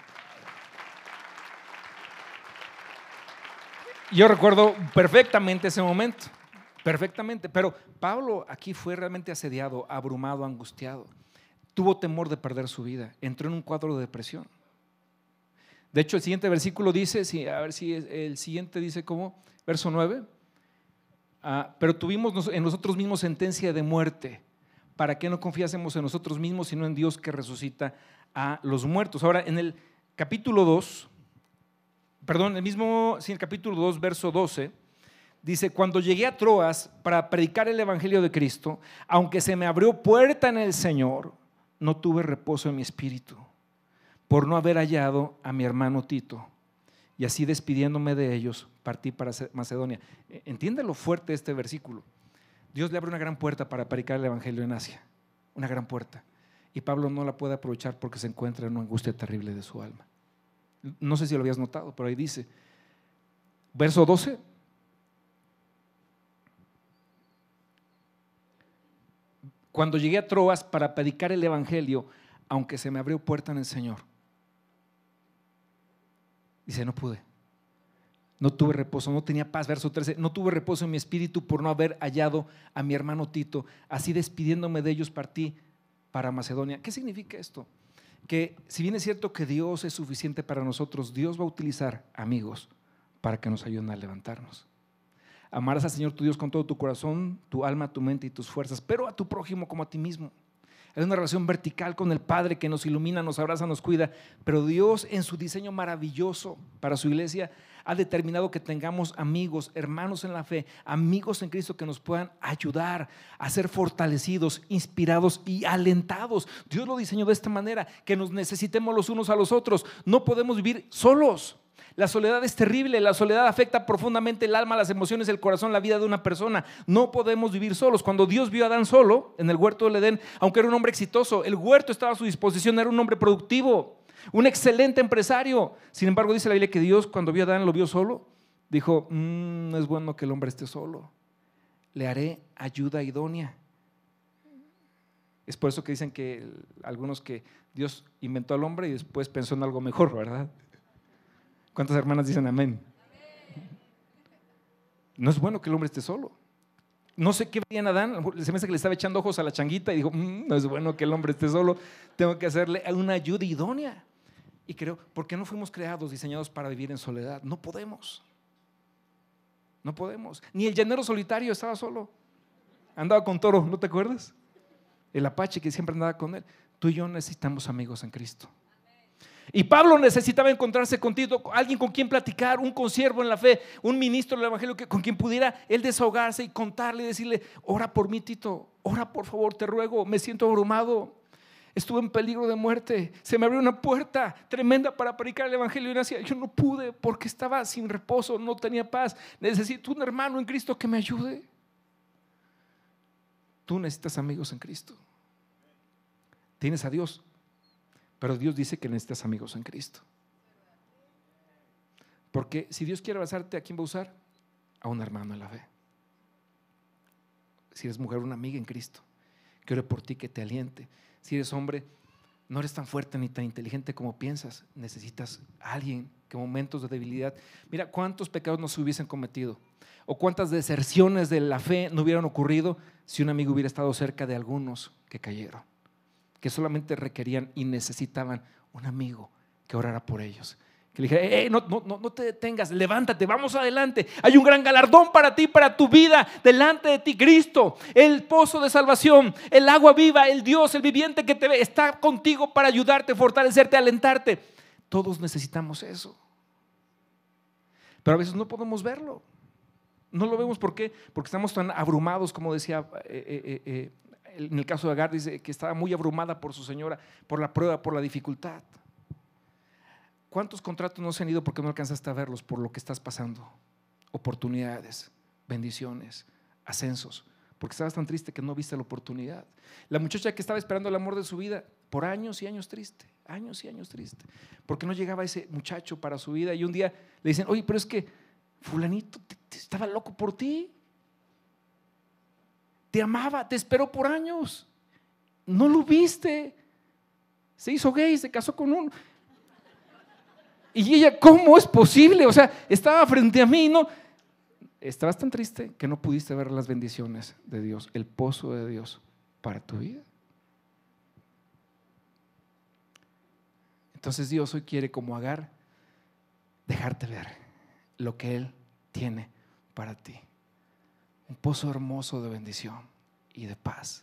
Yo recuerdo perfectamente ese momento, perfectamente, pero Pablo aquí fue realmente asediado, abrumado, angustiado. Tuvo temor de perder su vida, entró en un cuadro de depresión. De hecho, el siguiente versículo dice, sí, a ver si el siguiente dice ¿cómo? Verso nueve. Ah, pero tuvimos en nosotros mismos sentencia de muerte, para que no confiásemos en nosotros mismos, sino en Dios que resucita a los muertos. Ahora, en el capítulo dos, perdón, el mismo, sí, el capítulo dos, verso doce, dice: cuando llegué a Troas para predicar el evangelio de Cristo, aunque se me abrió puerta en el Señor, no tuve reposo en mi espíritu, por no haber hallado a mi hermano Tito. Y así, despidiéndome de ellos, partí para Macedonia. Entiende lo fuerte de este versículo. Dios le abre una gran puerta para predicar el evangelio en Asia. una gran puerta. Y Pablo no la puede aprovechar porque se encuentra en una angustia terrible de su alma. No sé si lo habías notado, pero ahí dice, verso doce. Cuando llegué a Troas para predicar el evangelio, aunque se me abrió puerta en el Señor, dice, no pude, no tuve reposo, no tenía paz. Verso trece, no tuve reposo en mi espíritu por no haber hallado a mi hermano Tito. Así despidiéndome de ellos partí para Macedonia. ¿Qué significa esto? Que si bien es cierto que Dios es suficiente para nosotros, Dios va a utilizar amigos para que nos ayuden a levantarnos. Amarás al Señor tu Dios con todo tu corazón, tu alma, tu mente y tus fuerzas, pero a tu prójimo como a ti mismo. Es una relación vertical con el Padre que nos ilumina, nos abraza, nos cuida. Pero Dios, en su diseño maravilloso para su iglesia, ha determinado que tengamos amigos, hermanos en la fe, amigos en Cristo que nos puedan ayudar a ser fortalecidos, inspirados y alentados. Dios lo diseñó de esta manera, que nos necesitemos los unos a los otros. No podemos vivir solos. La soledad es terrible, la soledad afecta profundamente el alma, las emociones, el corazón, la vida de una persona. No podemos vivir solos. Cuando Dios vio a Adán solo en el huerto del Edén, aunque era un hombre exitoso, el huerto estaba a su disposición, era un hombre productivo, un excelente empresario. Sin embargo, dice la Biblia que Dios, cuando vio a Adán, lo vio solo, dijo, mmm, no es bueno que el hombre esté solo, le haré ayuda idónea. Es por eso que dicen que algunos que Dios inventó al hombre y después pensó en algo mejor, ¿verdad? ¿Cuántas hermanas dicen amén? No es bueno que el hombre esté solo. No sé qué veía en Adán, se me hace que le estaba echando ojos a la changuita y dijo, mmm, no es bueno que el hombre esté solo, tengo que hacerle una ayuda idónea. Y creo, ¿por qué no fuimos creados, diseñados para vivir en soledad? No podemos. No podemos. Ni el llanero solitario estaba solo. Andaba con Toro, ¿no te acuerdas? El Apache que siempre andaba con él. Tú y yo necesitamos amigos en Cristo. Y Pablo necesitaba encontrarse con Tito, alguien con quien platicar, un consiervo en la fe, un ministro del evangelio que, con quien pudiera él desahogarse y contarle y decirle, ora por mí, Tito, ora por favor, te ruego, me siento abrumado, estuve en peligro de muerte, se me abrió una puerta tremenda para predicar el evangelio y decía, yo no pude porque estaba sin reposo, no tenía paz, necesito un hermano en Cristo que me ayude. Tú necesitas amigos en Cristo, tienes a Dios. Pero Dios dice que necesitas amigos en Cristo. Porque si Dios quiere abrazarte, ¿a quién va a usar? A un hermano en la fe. Si eres mujer, una amiga en Cristo, que ore por ti, que te aliente. Si eres hombre, no eres tan fuerte ni tan inteligente como piensas. Necesitas a alguien que en momentos de debilidad, mira cuántos pecados no se hubiesen cometido o cuántas deserciones de la fe no hubieran ocurrido si un amigo hubiera estado cerca de algunos que cayeron, que solamente requerían y necesitaban un amigo que orara por ellos, que le dijera, hey, no, no, no te detengas, levántate, vamos adelante, hay un gran galardón para ti, para tu vida, delante de ti Cristo, el pozo de salvación, el agua viva, el Dios, el viviente que te ve, está contigo para ayudarte, fortalecerte, alentarte. Todos necesitamos eso, pero a veces no podemos verlo, no lo vemos. ¿Por qué? Porque estamos tan abrumados, como decía eh, eh, eh, en el caso de Agar, dice que estaba muy abrumada por su señora, por la prueba, por la dificultad. ¿Cuántos contratos no se han ido porque no alcanzaste a verlos por lo que estás pasando? Oportunidades, bendiciones, ascensos, porque estabas tan triste que no viste la oportunidad. La muchacha que estaba esperando el amor de su vida, por años y años triste, años y años triste, porque no llegaba ese muchacho para su vida. Y un día le dicen, oye, pero es que fulanito te, te estaba loco por ti, te amaba, te esperó por años, no lo viste, se hizo gay, se casó con uno. Y ella, ¿cómo es posible? O sea, estaba frente a mí, no. Estabas tan triste que no pudiste ver las bendiciones de Dios, el pozo de Dios para tu vida. Entonces Dios hoy quiere, como Agar, dejarte ver lo que Él tiene para ti. Un pozo hermoso de bendición y de paz.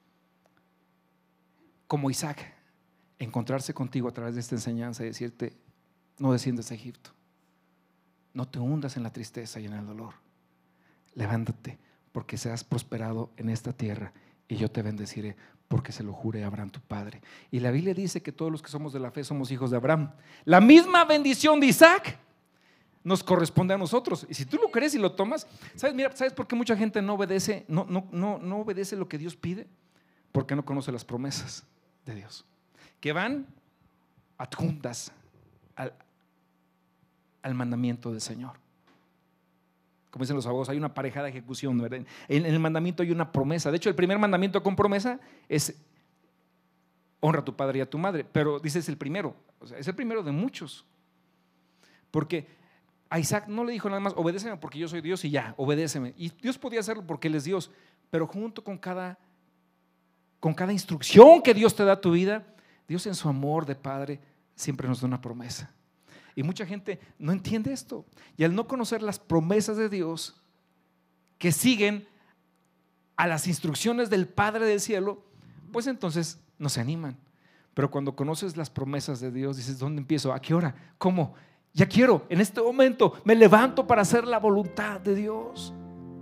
Como Isaac, encontrarse contigo a través de esta enseñanza y decirte, no desciendas a Egipto, no te hundas en la tristeza y en el dolor, levántate porque seas prosperado en esta tierra y yo te bendeciré porque se lo juré a Abraham tu padre. Y la Biblia dice que todos los que somos de la fe somos hijos de Abraham. La misma bendición de Isaac nos corresponde a nosotros. Y si tú lo crees y lo tomas, ¿sabes? Mira, ¿sabes por qué mucha gente no obedece, no, no, no, no obedece lo que Dios pide? porque no conoce las promesas de Dios, que van adjuntas al, al mandamiento del Señor. Como dicen los abogados, hay una pareja de ejecución, ¿verdad? En el mandamiento hay una promesa. De hecho, el primer mandamiento con promesa es honra a tu padre y a tu madre, pero dice es el primero, o sea, es el primero de muchos. Porque a Isaac no le dijo nada más, obedéceme porque yo soy Dios y ya, obedéceme. Y Dios podía hacerlo porque Él es Dios, pero junto con cada, con cada instrucción que Dios te da a tu vida, Dios en su amor de Padre siempre nos da una promesa. Y mucha gente no entiende esto. Y al no conocer las promesas de Dios que siguen a las instrucciones del Padre del cielo, pues entonces no se animan. Pero cuando conoces las promesas de Dios, dices, ¿dónde empiezo? ¿A qué hora? ¿Cómo? Ya quiero, en este momento me levanto para hacer la voluntad de Dios.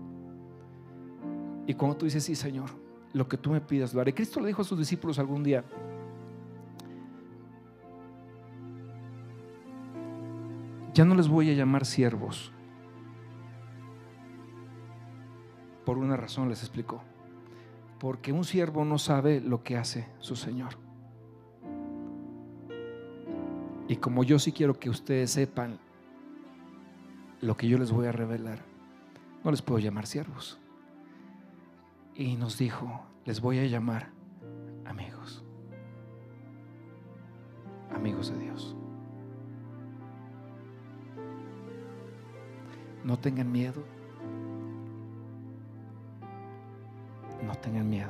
Y cuando tú dices, sí, Señor, lo que tú me pidas lo haré. Cristo le dijo a sus discípulos algún día, ya no les voy a llamar siervos. Por una razón les explicó. Porque un siervo no sabe lo que hace su Señor. Y como yo sí quiero que ustedes sepan lo que yo les voy a revelar, no les puedo llamar siervos. Y nos dijo, les voy a llamar amigos. Amigos de Dios. No tengan miedo. No tengan miedo.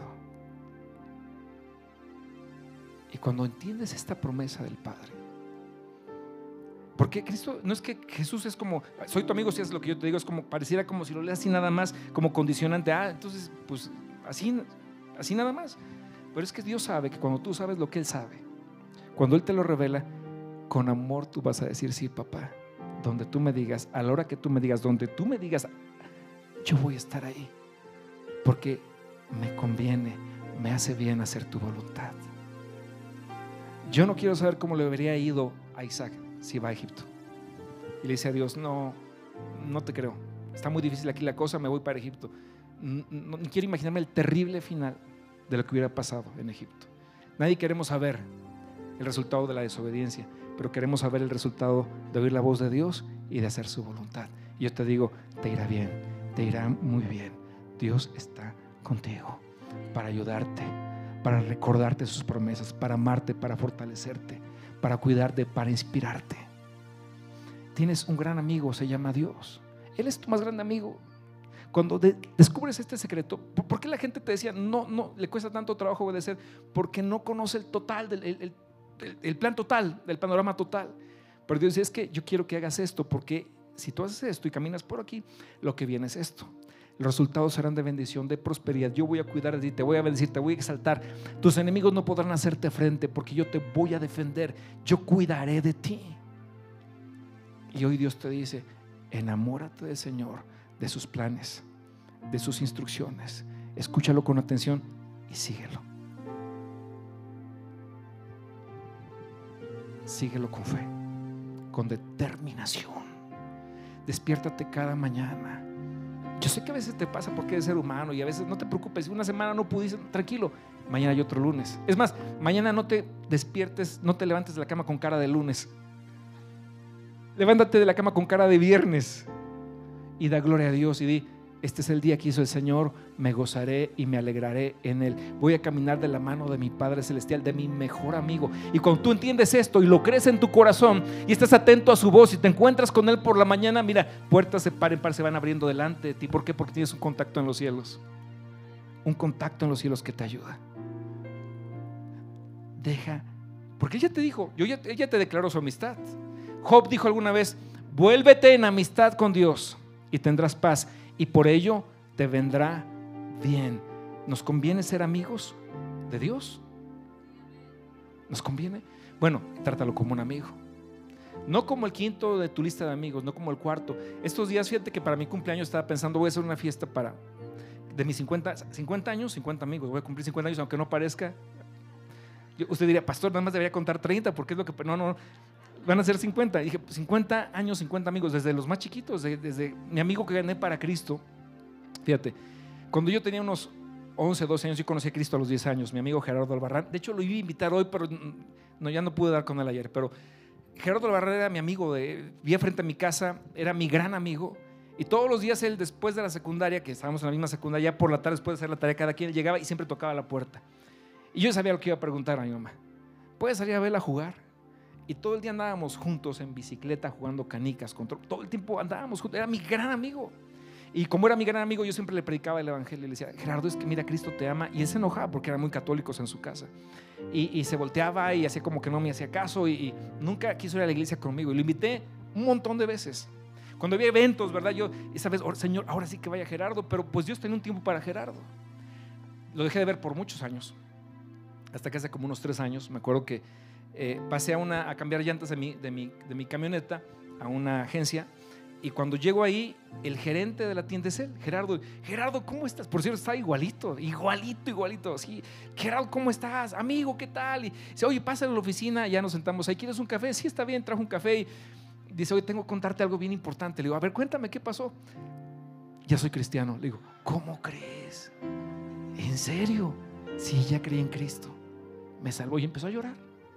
Y cuando entiendes esta promesa del Padre, porque Cristo, no es que Jesús es como, soy tu amigo si haces lo que yo te digo, es como, pareciera como si lo leas así nada más, como condicionante, ah, entonces pues así, así nada más. Pero es que Dios sabe que cuando tú sabes lo que Él sabe, cuando Él te lo revela, con amor tú vas a decir, sí, papá, donde tú me digas, a la hora que tú me digas, donde tú me digas, yo voy a estar ahí, porque me conviene, me hace bien hacer tu voluntad. Yo no quiero saber cómo le habría ido a Isaac si va a Egipto. Y le dice a Dios, no, no te creo, está muy difícil aquí la cosa, me voy para Egipto. No, no, no quiero imaginarme el terrible final de lo que hubiera pasado en Egipto. Nadie queremos saber el resultado de la desobediencia, pero queremos saber el resultado de oír la voz de Dios y de hacer su voluntad. Y yo te digo, te irá bien, te irá muy bien. Dios está contigo para ayudarte, para recordarte sus promesas, para amarte, para fortalecerte, para cuidarte, para inspirarte. Tienes un gran amigo, se llama Dios. Él es tu más grande amigo. Cuando de, descubres este secreto, ¿por qué la gente te decía no, no le cuesta tanto trabajo obedecer? Porque no conoce el total, del, el, el, el plan total, del panorama total. Pero Dios dice, es que yo quiero que hagas esto, porque si tú haces esto y caminas por aquí, lo que viene es esto. Los resultados serán de bendición, de prosperidad. Yo voy a cuidar de ti, te voy a bendecir, te voy a exaltar. Tus enemigos no podrán hacerte frente, porque yo te voy a defender. Yo cuidaré de ti. Y hoy Dios te dice, enamórate del Señor, de sus planes, de sus instrucciones. Escúchalo con atención y síguelo. Síguelo con fe, con determinación. Despiértate cada mañana. Yo sé que a veces te pasa porque eres ser humano y a veces no te preocupes, si una semana no pudiste, tranquilo, mañana hay otro lunes. Es más, mañana no te despiertes, no te levantes de la cama con cara de lunes. Levántate de la cama con cara de viernes y da gloria a Dios y di, este es el día que hizo el Señor, me gozaré y me alegraré en Él. Voy a caminar de la mano de mi Padre Celestial, de mi mejor amigo. Y cuando tú entiendes esto y lo crees en tu corazón y estás atento a su voz y te encuentras con Él por la mañana, mira, puertas se par en par se van abriendo delante de ti. ¿Por qué? Porque tienes un contacto en los cielos. Un contacto en los cielos que te ayuda. Deja, porque Él ya te dijo, yo ya, Él ya te declaró su amistad. Job dijo alguna vez, vuélvete en amistad con Dios y tendrás paz, y por ello te vendrá bien. ¿Nos conviene ser amigos de Dios? ¿Nos conviene? Bueno, trátalo como un amigo, no como el quinto de tu lista de amigos, no como el cuarto. Estos días, fíjate que para mi cumpleaños estaba pensando, voy a hacer una fiesta para de mis cincuenta, cincuenta años, cincuenta amigos. Voy a cumplir cincuenta años, aunque no parezca. Yo, usted diría, pastor, nada más debería contar treinta, porque es lo que, no, no, van a ser cincuenta. Y dije, cincuenta años, cincuenta amigos, desde los más chiquitos, desde, desde mi amigo que gané para Cristo. Fíjate, cuando yo tenía unos once, doce años, yo conocí a Cristo a los diez años, mi amigo Gerardo Albarrán. De hecho, lo iba a invitar hoy, pero no, ya no pude dar con él ayer. Pero Gerardo Albarrán era mi amigo, de, vivía frente a mi casa, era mi gran amigo. Y todos los días él, después de la secundaria, que estábamos en la misma secundaria, ya por la tarde, después de hacer la tarea cada quien, llegaba y siempre tocaba la puerta. Y yo sabía lo que iba a preguntar a mi mamá. ¿Puedes salir a verla jugar? Y todo el día andábamos juntos en bicicleta, jugando canicas, control. Todo el tiempo andábamos juntos, era mi gran amigo. Y como era mi gran amigo, yo siempre le predicaba el evangelio y le decía, Gerardo, es que mira, Cristo te ama. Y él se enojaba porque eran muy católicos en su casa. Y, y se volteaba y hacía como que no me hacía caso y, y nunca quiso ir a la iglesia conmigo. Y lo invité un montón de veces. Cuando había eventos, ¿verdad? Yo, esa vez, oh, Señor, ahora sí que vaya Gerardo. Pero pues Dios tenía un tiempo para Gerardo. Lo dejé de ver por muchos años. Hasta que hace como unos tres años, me acuerdo que eh, pasé a, una, a cambiar llantas de mi, de, mi, de mi camioneta a una agencia. Y cuando llego ahí, el gerente de la tienda es él, Gerardo. Gerardo, ¿cómo estás? Por cierto, está igualito, igualito, igualito. Sí, Gerardo, ¿cómo estás? Amigo, ¿qué tal? Y dice, oye, pásale a la oficina, ya nos sentamos ahí. ¿Quieres un café? Sí, está bien, trajo un café. Y dice, oye, tengo que contarte algo bien importante. Le digo, a ver, cuéntame, ¿qué pasó? Ya soy cristiano. Le digo, ¿cómo crees? ¿En serio? Sí, ya creí en Cristo. Me salvó y empezó a llorar.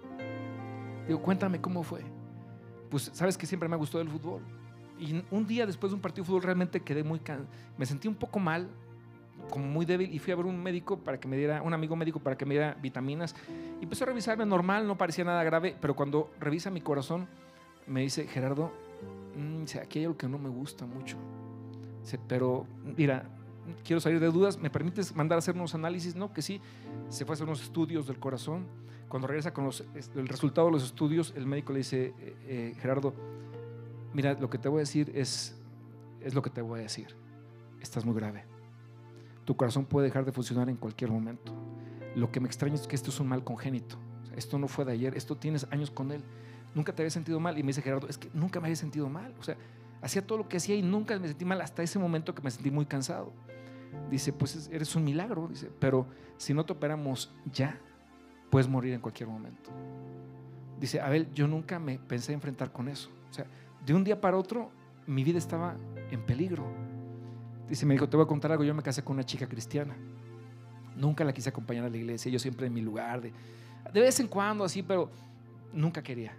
Digo, cuéntame cómo fue. Pues sabes que siempre me ha gustado el fútbol. Y un día después de un partido de fútbol realmente quedé muy can... me sentí un poco mal, como muy débil, y fui a ver un médico para que me diera, un amigo médico para que me diera vitaminas. Y empezó a revisarme normal, no parecía nada grave, pero cuando revisa mi corazón me dice, Gerardo, mmm, aquí hay algo que no me gusta mucho. Dice, pero mira, quiero salir de dudas, ¿me permites mandar a hacer unos análisis? No, que sí. Se fue a hacer unos estudios del corazón. Cuando regresa con los, el resultado de los estudios, el médico le dice, eh, eh, Gerardo, mira, lo que te voy a decir es, es lo que te voy a decir. Estás muy grave. Tu corazón puede dejar de funcionar en cualquier momento. Lo que me extraña es que esto es un mal congénito. O sea, esto no fue de ayer, esto tienes años con él. Nunca te había sentido mal. Y me dice Gerardo, es que nunca me había sentido mal. O sea, hacía todo lo que hacía y nunca me sentí mal hasta ese momento que me sentí muy cansado. Dice, pues eres un milagro. Dice, pero si no te operamos ya, puedes morir en cualquier momento. Dice, Abel, yo nunca me pensé enfrentar con eso. O sea, de un día para otro, mi vida estaba en peligro. Dice, me dijo, te voy a contar algo. Yo me casé con una chica cristiana. Nunca la quise acompañar a la iglesia. Yo siempre en mi lugar. De, de vez en cuando así, pero nunca quería.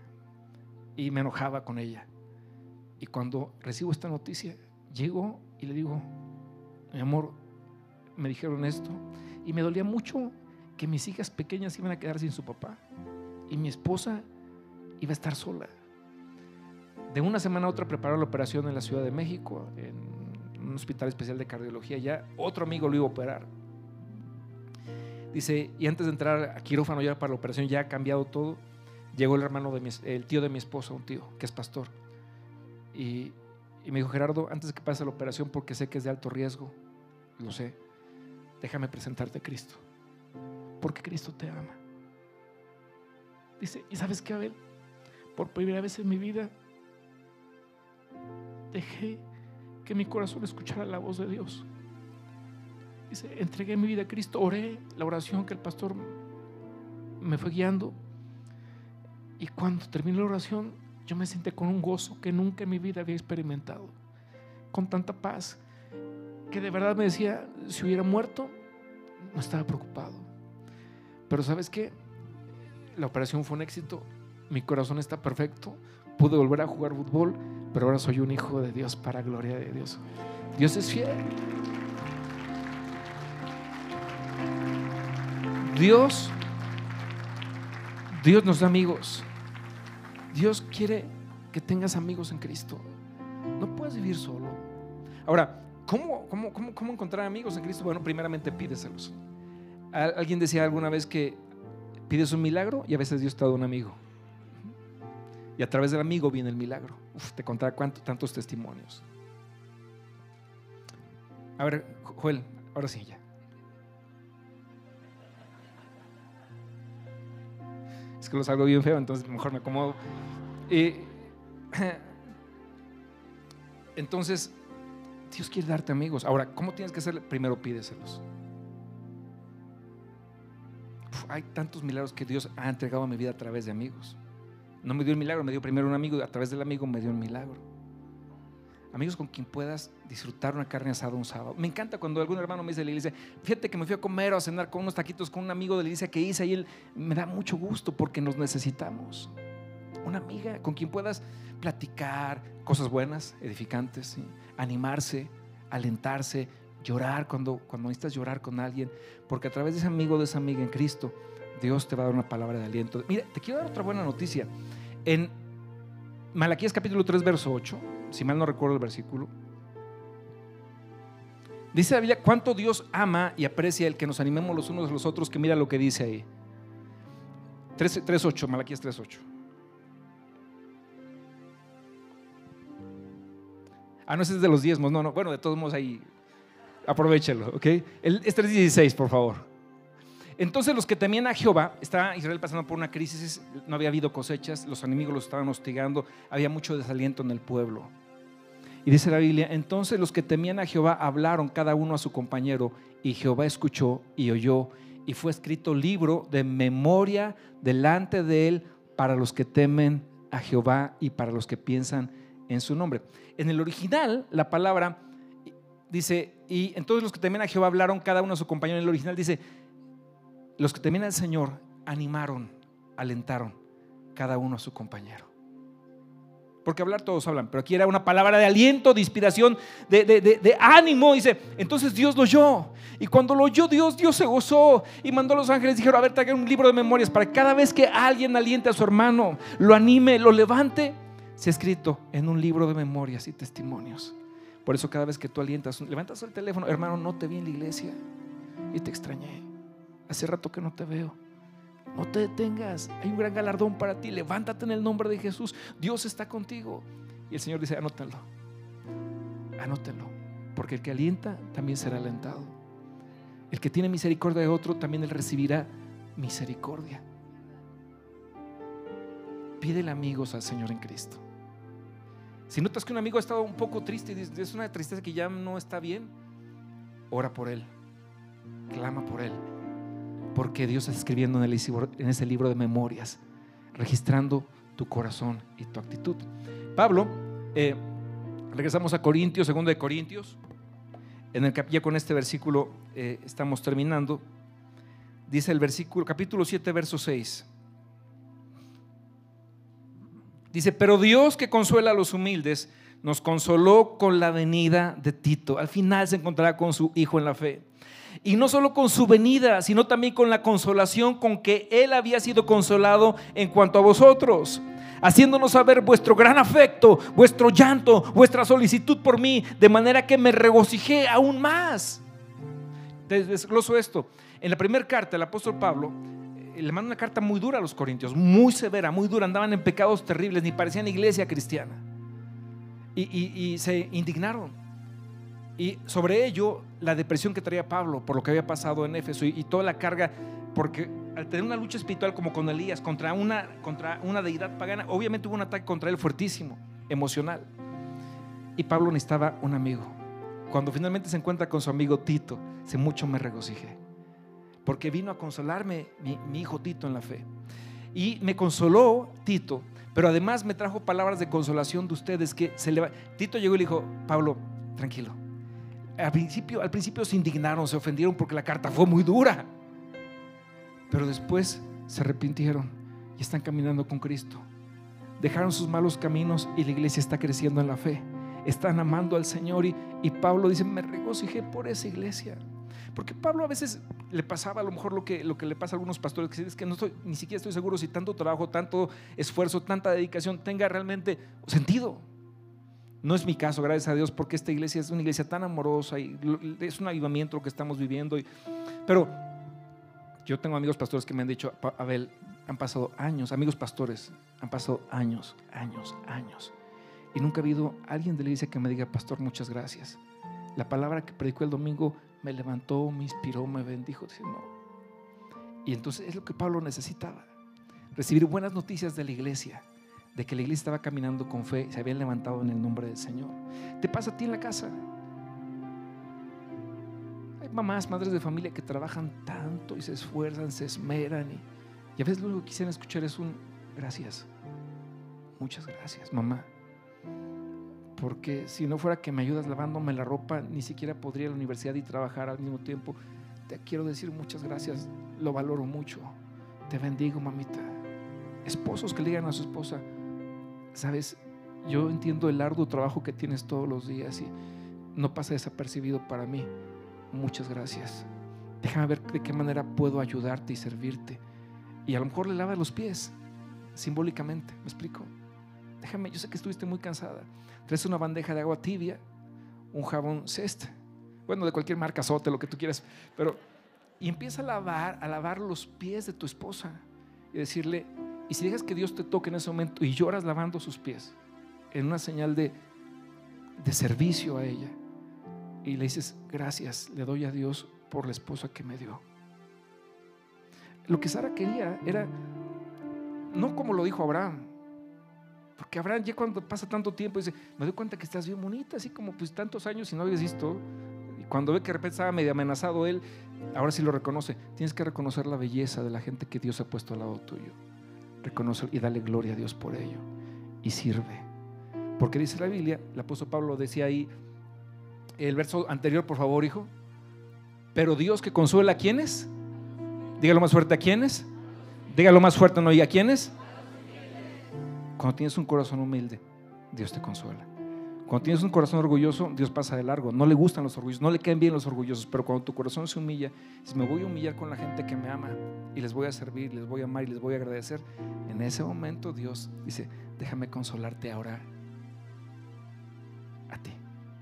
Y me enojaba con ella. Y cuando recibo esta noticia, llego y le digo, mi amor, me dijeron esto. Y me dolía mucho que mis hijas pequeñas iban a quedar sin su papá. Y mi esposa iba a estar sola. De una semana a otra prepararon la operación en la Ciudad de México, en un hospital especial de cardiología. Ya otro amigo lo iba a operar. Dice, y antes de entrar a quirófano ya para la operación, ya ha cambiado todo. Llegó el hermano de mi, el tío de mi esposa, un tío que es pastor. Y, y me dijo, Gerardo, antes de que pase la operación, porque sé que es de alto riesgo, lo sé, déjame presentarte a Cristo, porque Cristo te ama. Dice, ¿y sabes qué, Abel? Por primera vez en mi vida dejé que mi corazón escuchara la voz de Dios. Dice, entregué mi vida a Cristo, oré la oración que el pastor me fue guiando, y cuando terminé la oración yo me senté con un gozo que nunca en mi vida había experimentado, con tanta paz que de verdad me decía, si hubiera muerto no estaba preocupado. Pero ¿sabes qué? La operación fue un éxito, mi corazón está perfecto, pude volver a jugar fútbol, pero ahora soy un hijo de Dios para gloria de Dios. Dios es fiel. Dios, Dios nos da amigos. Dios quiere que tengas amigos en Cristo. No puedes vivir solo. Ahora, ¿cómo, cómo, cómo, cómo encontrar amigos en Cristo? Bueno, primeramente pídeselos. Alguien decía alguna vez que pides un milagro y a veces Dios te da un amigo. Y a través del amigo viene el milagro. Uf, te contará cuántos, tantos testimonios. A ver, Joel, ahora sí ya. Es que lo salgo bien feo, entonces mejor me acomodo. Eh, entonces, Dios quiere darte amigos. Ahora, ¿cómo tienes que hacerlo? Primero pídeselos. Uf, hay tantos milagros que Dios ha entregado a mi vida a través de amigos. No me dio el milagro, me dio primero un amigo y a través del amigo me dio un milagro. amigos con quien puedas disfrutar una carne asada un sábado. Me encanta cuando algún hermano me dice de la iglesia, fíjate que me fui a comer o a cenar con unos taquitos con un amigo de la iglesia que hice, y él me da mucho gusto porque nos necesitamos. Una amiga con quien puedas platicar cosas buenas, edificantes, ¿sí? Animarse, alentarse, llorar cuando, cuando necesitas llorar con alguien, porque a través de ese amigo o de esa amiga en Cristo, Dios te va a dar una palabra de aliento. Mira, te quiero dar otra buena noticia. En Malaquías capítulo tres, verso ocho, si mal no recuerdo el versículo, dice la Biblia cuánto Dios ama y aprecia el que nos animemos los unos a los otros, que mira lo que dice ahí. tres ocho, Malaquías tres ocho. Ah, no, ese es de los diezmos, no, no, bueno, de todos modos ahí, aprovéchalo, ¿ok? El, es tres dieciséis, por favor. Entonces los que temían a Jehová, estaba Israel pasando por una crisis, no había habido cosechas, los enemigos los estaban hostigando, había mucho desaliento en el pueblo. Y dice la Biblia, entonces los que temían a Jehová hablaron cada uno a su compañero, y Jehová escuchó y oyó, y fue escrito libro de memoria delante de él para los que temen a Jehová y para los que piensan en su nombre. En el original la palabra dice, y entonces los que temían a Jehová hablaron cada uno a su compañero. En el original dice, los que temían al Señor animaron, alentaron cada uno a su compañero. Porque hablar todos hablan, pero aquí era una palabra de aliento, de inspiración, de, de, de, de ánimo. Dice, entonces Dios lo oyó, y cuando lo oyó Dios, Dios se gozó y mandó a los ángeles. Dijeron, a ver, traigan un libro de memorias para que cada vez que alguien aliente a su hermano, lo anime, lo levante, sea escrito en un libro de memorias y testimonios. Por eso cada vez que tú alientas, levantas el teléfono, hermano, no te vi en la iglesia y te extrañé, hace rato que no te veo. No te detengas, hay un gran galardón para ti, levántate en el nombre de Jesús, Dios está contigo. Y el Señor dice, anótenlo, anótenlo, porque el que alienta también será alentado. El que tiene misericordia de otro, también él recibirá misericordia. Pídele amigos al Señor en Cristo. Si notas que un amigo ha estado un poco triste y es una tristeza que ya no está bien, ora por él, clama por él, porque Dios está escribiendo en, el, en ese libro de memorias, registrando tu corazón y tu actitud. Pablo, eh, regresamos a Corintios, segundo de Corintios, en el ya con este versículo eh, estamos terminando. Dice el versículo, capítulo siete, verso seis. Dice, pero Dios que consuela a los humildes nos consoló con la venida de Tito. Al final se encontrará con su hijo en la fe. Y no solo con su venida, sino también con la consolación con que él había sido consolado en cuanto a vosotros, haciéndonos saber vuestro gran afecto, vuestro llanto, vuestra solicitud por mí, de manera que me regocijé aún más. Te desgloso esto. En la primera carta el apóstol Pablo le manda una carta muy dura a los corintios, muy severa, muy dura. Andaban en pecados terribles, ni parecían iglesia cristiana, y, y, y se indignaron. Y sobre ello la depresión que traía Pablo por lo que había pasado en Éfeso, y, y toda la carga, porque al tener una lucha espiritual como con Elías contra una, contra una deidad pagana, obviamente hubo un ataque contra él fuertísimo, emocional. Y Pablo necesitaba un amigo. Cuando finalmente se encuentra con su amigo Tito, dice, mucho me regocijé, porque vino a consolarme mi, mi hijo Tito en la fe. Y me consoló Tito, pero además me trajo palabras de consolación de ustedes que se le... Tito llegó y le dijo, Pablo, tranquilo. Al principio, al principio se indignaron, se ofendieron porque la carta fue muy dura, pero después se arrepintieron y están caminando con Cristo. Dejaron sus malos caminos y la iglesia está creciendo en la fe. Están amando al Señor, y, y Pablo dice, me regocijé por esa iglesia. Porque Pablo a veces le pasaba a lo mejor lo que, lo que le pasa a algunos pastores, que es que no estoy, ni siquiera estoy seguro si tanto trabajo, tanto esfuerzo, tanta dedicación tenga realmente sentido. No es mi caso, gracias a Dios, porque esta iglesia es una iglesia tan amorosa y es un avivamiento lo que estamos viviendo. Y, pero yo tengo amigos pastores que me han dicho, Abel, han pasado años, amigos pastores, han pasado años, años, años, y nunca ha habido alguien de la iglesia que me diga, pastor, muchas gracias. La palabra que predicó el domingo me levantó, me inspiró, me bendijo. Dice, no. Y entonces es lo que Pablo necesitaba, recibir buenas noticias de la iglesia, de que la iglesia estaba caminando con fe, se habían levantado en el nombre del Señor. Te pasa a ti en la casa. Hay mamás, madres de familia que trabajan tanto y se esfuerzan, se esmeran, y, y a veces lo único que quisieran escuchar es un gracias, muchas gracias, mamá, porque si no fuera que me ayudas lavándome la ropa, ni siquiera podría ir a la universidad y trabajar al mismo tiempo. Te quiero decir muchas gracias, lo valoro mucho. Te bendigo, mamita. Esposos que le digan a su esposa: sabes, yo entiendo el arduo trabajo que tienes todos los días y no pasa desapercibido para mí. Muchas gracias. Déjame ver de qué manera puedo ayudarte y servirte. Y a lo mejor le lavas los pies, simbólicamente, ¿me explico? Déjame, yo sé que estuviste muy cansada. Traes una bandeja de agua tibia, un jabón Zest, bueno, de cualquier marca, Sote, lo que tú quieras, pero y empieza a lavar, a lavar los pies de tu esposa y decirle, y si dejas que Dios te toque en ese momento y lloras lavando sus pies, en una señal de, de servicio a ella, y le dices: gracias, le doy a Dios por la esposa que me dio. Lo que Sara quería era no como lo dijo Abraham, porque Abraham ya cuando pasa tanto tiempo dice: me doy cuenta que estás bien bonita, así como pues tantos años y no habías visto. Y cuando ve que de repente estaba medio amenazado él, ahora sí lo reconoce. Tienes que reconocer la belleza de la gente que Dios ha puesto al lado tuyo. Reconoce y dale gloria a Dios por ello y sirve, porque dice la Biblia, el apóstol Pablo decía ahí, el verso anterior, por favor, hijo. Pero Dios que consuela, ¿a quiénes? Dígalo más fuerte, ¿a quiénes? Dígalo más fuerte, no, ¿y a quiénes? Cuando tienes un corazón humilde, Dios te consuela. Cuando tienes un corazón orgulloso, Dios pasa de largo. No le gustan los orgullosos, no le caen bien los orgullosos. Pero cuando tu corazón se humilla, dices: me voy a humillar con la gente que me ama y les voy a servir, les voy a amar y les voy a agradecer. En ese momento Dios dice: déjame consolarte ahora a ti.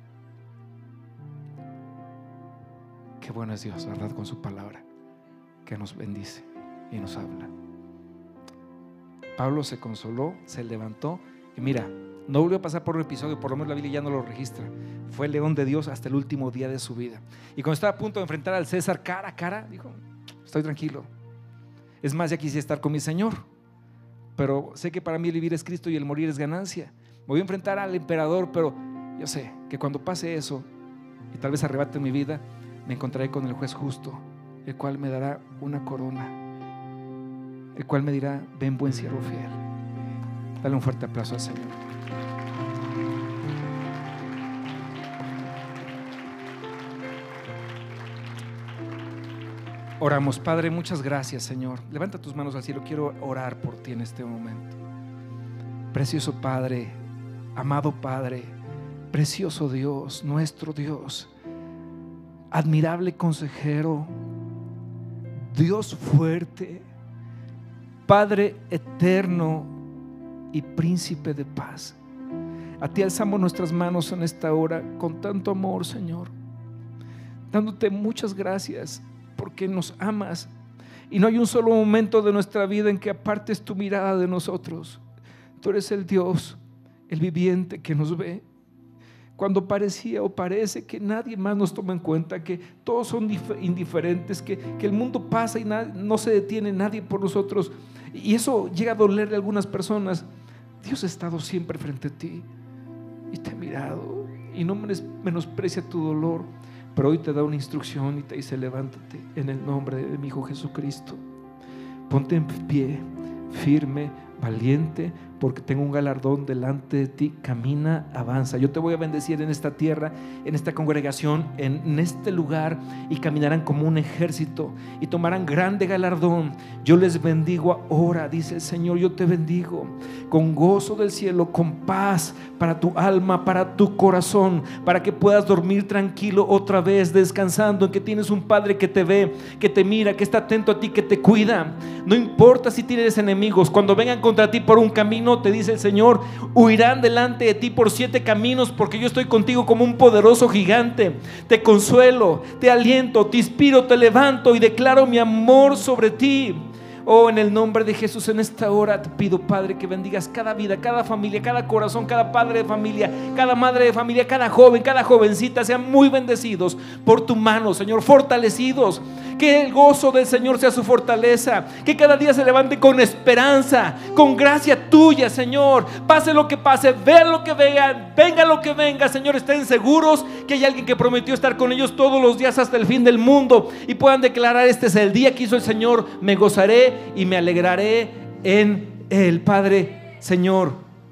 Qué bueno es Dios, ¿verdad? Con su palabra que nos bendice y nos habla. Pablo se consoló, se levantó y mira, no volvió a pasar por un episodio, por lo menos la Biblia ya no lo registra. Fue el león de Dios hasta el último día de su vida. Y cuando estaba a punto de enfrentar al César cara a cara, dijo: estoy tranquilo. Es más, ya quisiera estar con mi Señor, pero sé que para mí el vivir es Cristo y el morir es ganancia. Me voy a enfrentar al emperador, pero yo sé que cuando pase eso y tal vez arrebate mi vida, me encontraré con el juez justo, el cual me dará una corona, el cual me dirá: ven, buen siervo fiel. Dale un fuerte aplauso al Señor. Oramos. Padre, muchas gracias, Señor. Levanta tus manos al cielo, quiero orar por ti en este momento. Precioso Padre, amado Padre, precioso Dios, nuestro Dios, admirable consejero, Dios fuerte, Padre eterno y príncipe de paz. A ti alzamos nuestras manos en esta hora con tanto amor, Señor, dándote muchas gracias porque nos amas y no hay un solo momento de nuestra vida en que apartes tu mirada de nosotros. Tú eres el Dios, el viviente, que nos ve cuando parecía o parece que nadie más nos toma en cuenta, que todos son indiferentes, que, que el mundo pasa y na, no se detiene nadie por nosotros, y eso llega a dolerle a algunas personas. Dios ha estado siempre frente a ti y te ha mirado y no menosprecia tu dolor, pero hoy te da una instrucción y te dice: levántate en el nombre de mi Hijo Jesucristo, ponte en pie, firme, valiente, porque tengo un galardón delante de ti. Camina, avanza. Yo te voy a bendecir en esta tierra, en esta congregación, en este lugar, y caminarán como un ejército y tomarán grande galardón. Yo les bendigo ahora, dice el Señor. Yo te bendigo con gozo del cielo, con paz para tu alma, para tu corazón, para que puedas dormir tranquilo otra vez, descansando en que tienes un Padre que te ve, que te mira, que está atento a ti, que te cuida. No importa si tienes enemigos, cuando vengan contra ti por un camino, te dice el Señor: huirán delante de ti por siete caminos, porque yo estoy contigo como un poderoso gigante. Te consuelo, te aliento, te inspiro, te levanto y declaro mi amor sobre ti. Oh, en el nombre de Jesús, en esta hora te pido, Padre, que bendigas cada vida, cada familia, cada corazón, cada padre de familia, cada madre de familia, cada joven, cada jovencita. Sean muy bendecidos por tu mano, Señor, fortalecidos. Que el gozo del Señor sea su fortaleza, que cada día se levante con esperanza, con gracia tuya, Señor. Pase lo que pase, vean lo que vean, venga lo que venga, Señor, estén seguros que hay alguien que prometió estar con ellos todos los días hasta el fin del mundo, y puedan declarar: este es el día que hizo el Señor, me gozaré y me alegraré en Él. Padre, Señor,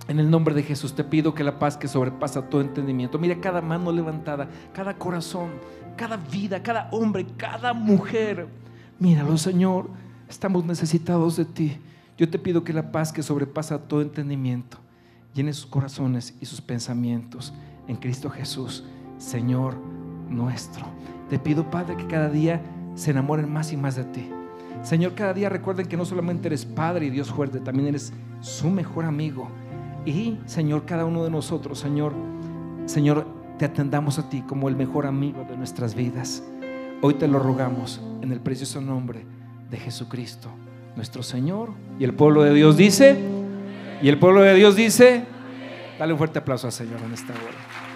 En el nombre de Jesús te pido que la paz que sobrepasa todo entendimiento, mira cada mano levantada, cada corazón, cada vida, cada hombre, cada mujer, míralo, Señor, estamos necesitados de ti. Yo te pido que la paz que sobrepasa todo entendimiento llene sus corazones y sus pensamientos en Cristo Jesús, Señor nuestro. Te pido, Padre, que cada día se enamoren más y más de ti. Señor, cada día recuerden que no solamente eres Padre y Dios fuerte, también eres su mejor amigo. Y, Señor, cada uno de nosotros, Señor, Señor, te atendamos a ti como el mejor amigo de nuestras vidas. Hoy te lo rogamos en el precioso nombre de Jesucristo, nuestro Señor. Y el pueblo de Dios dice, y el pueblo de Dios dice, dale un fuerte aplauso al Señor en esta hora.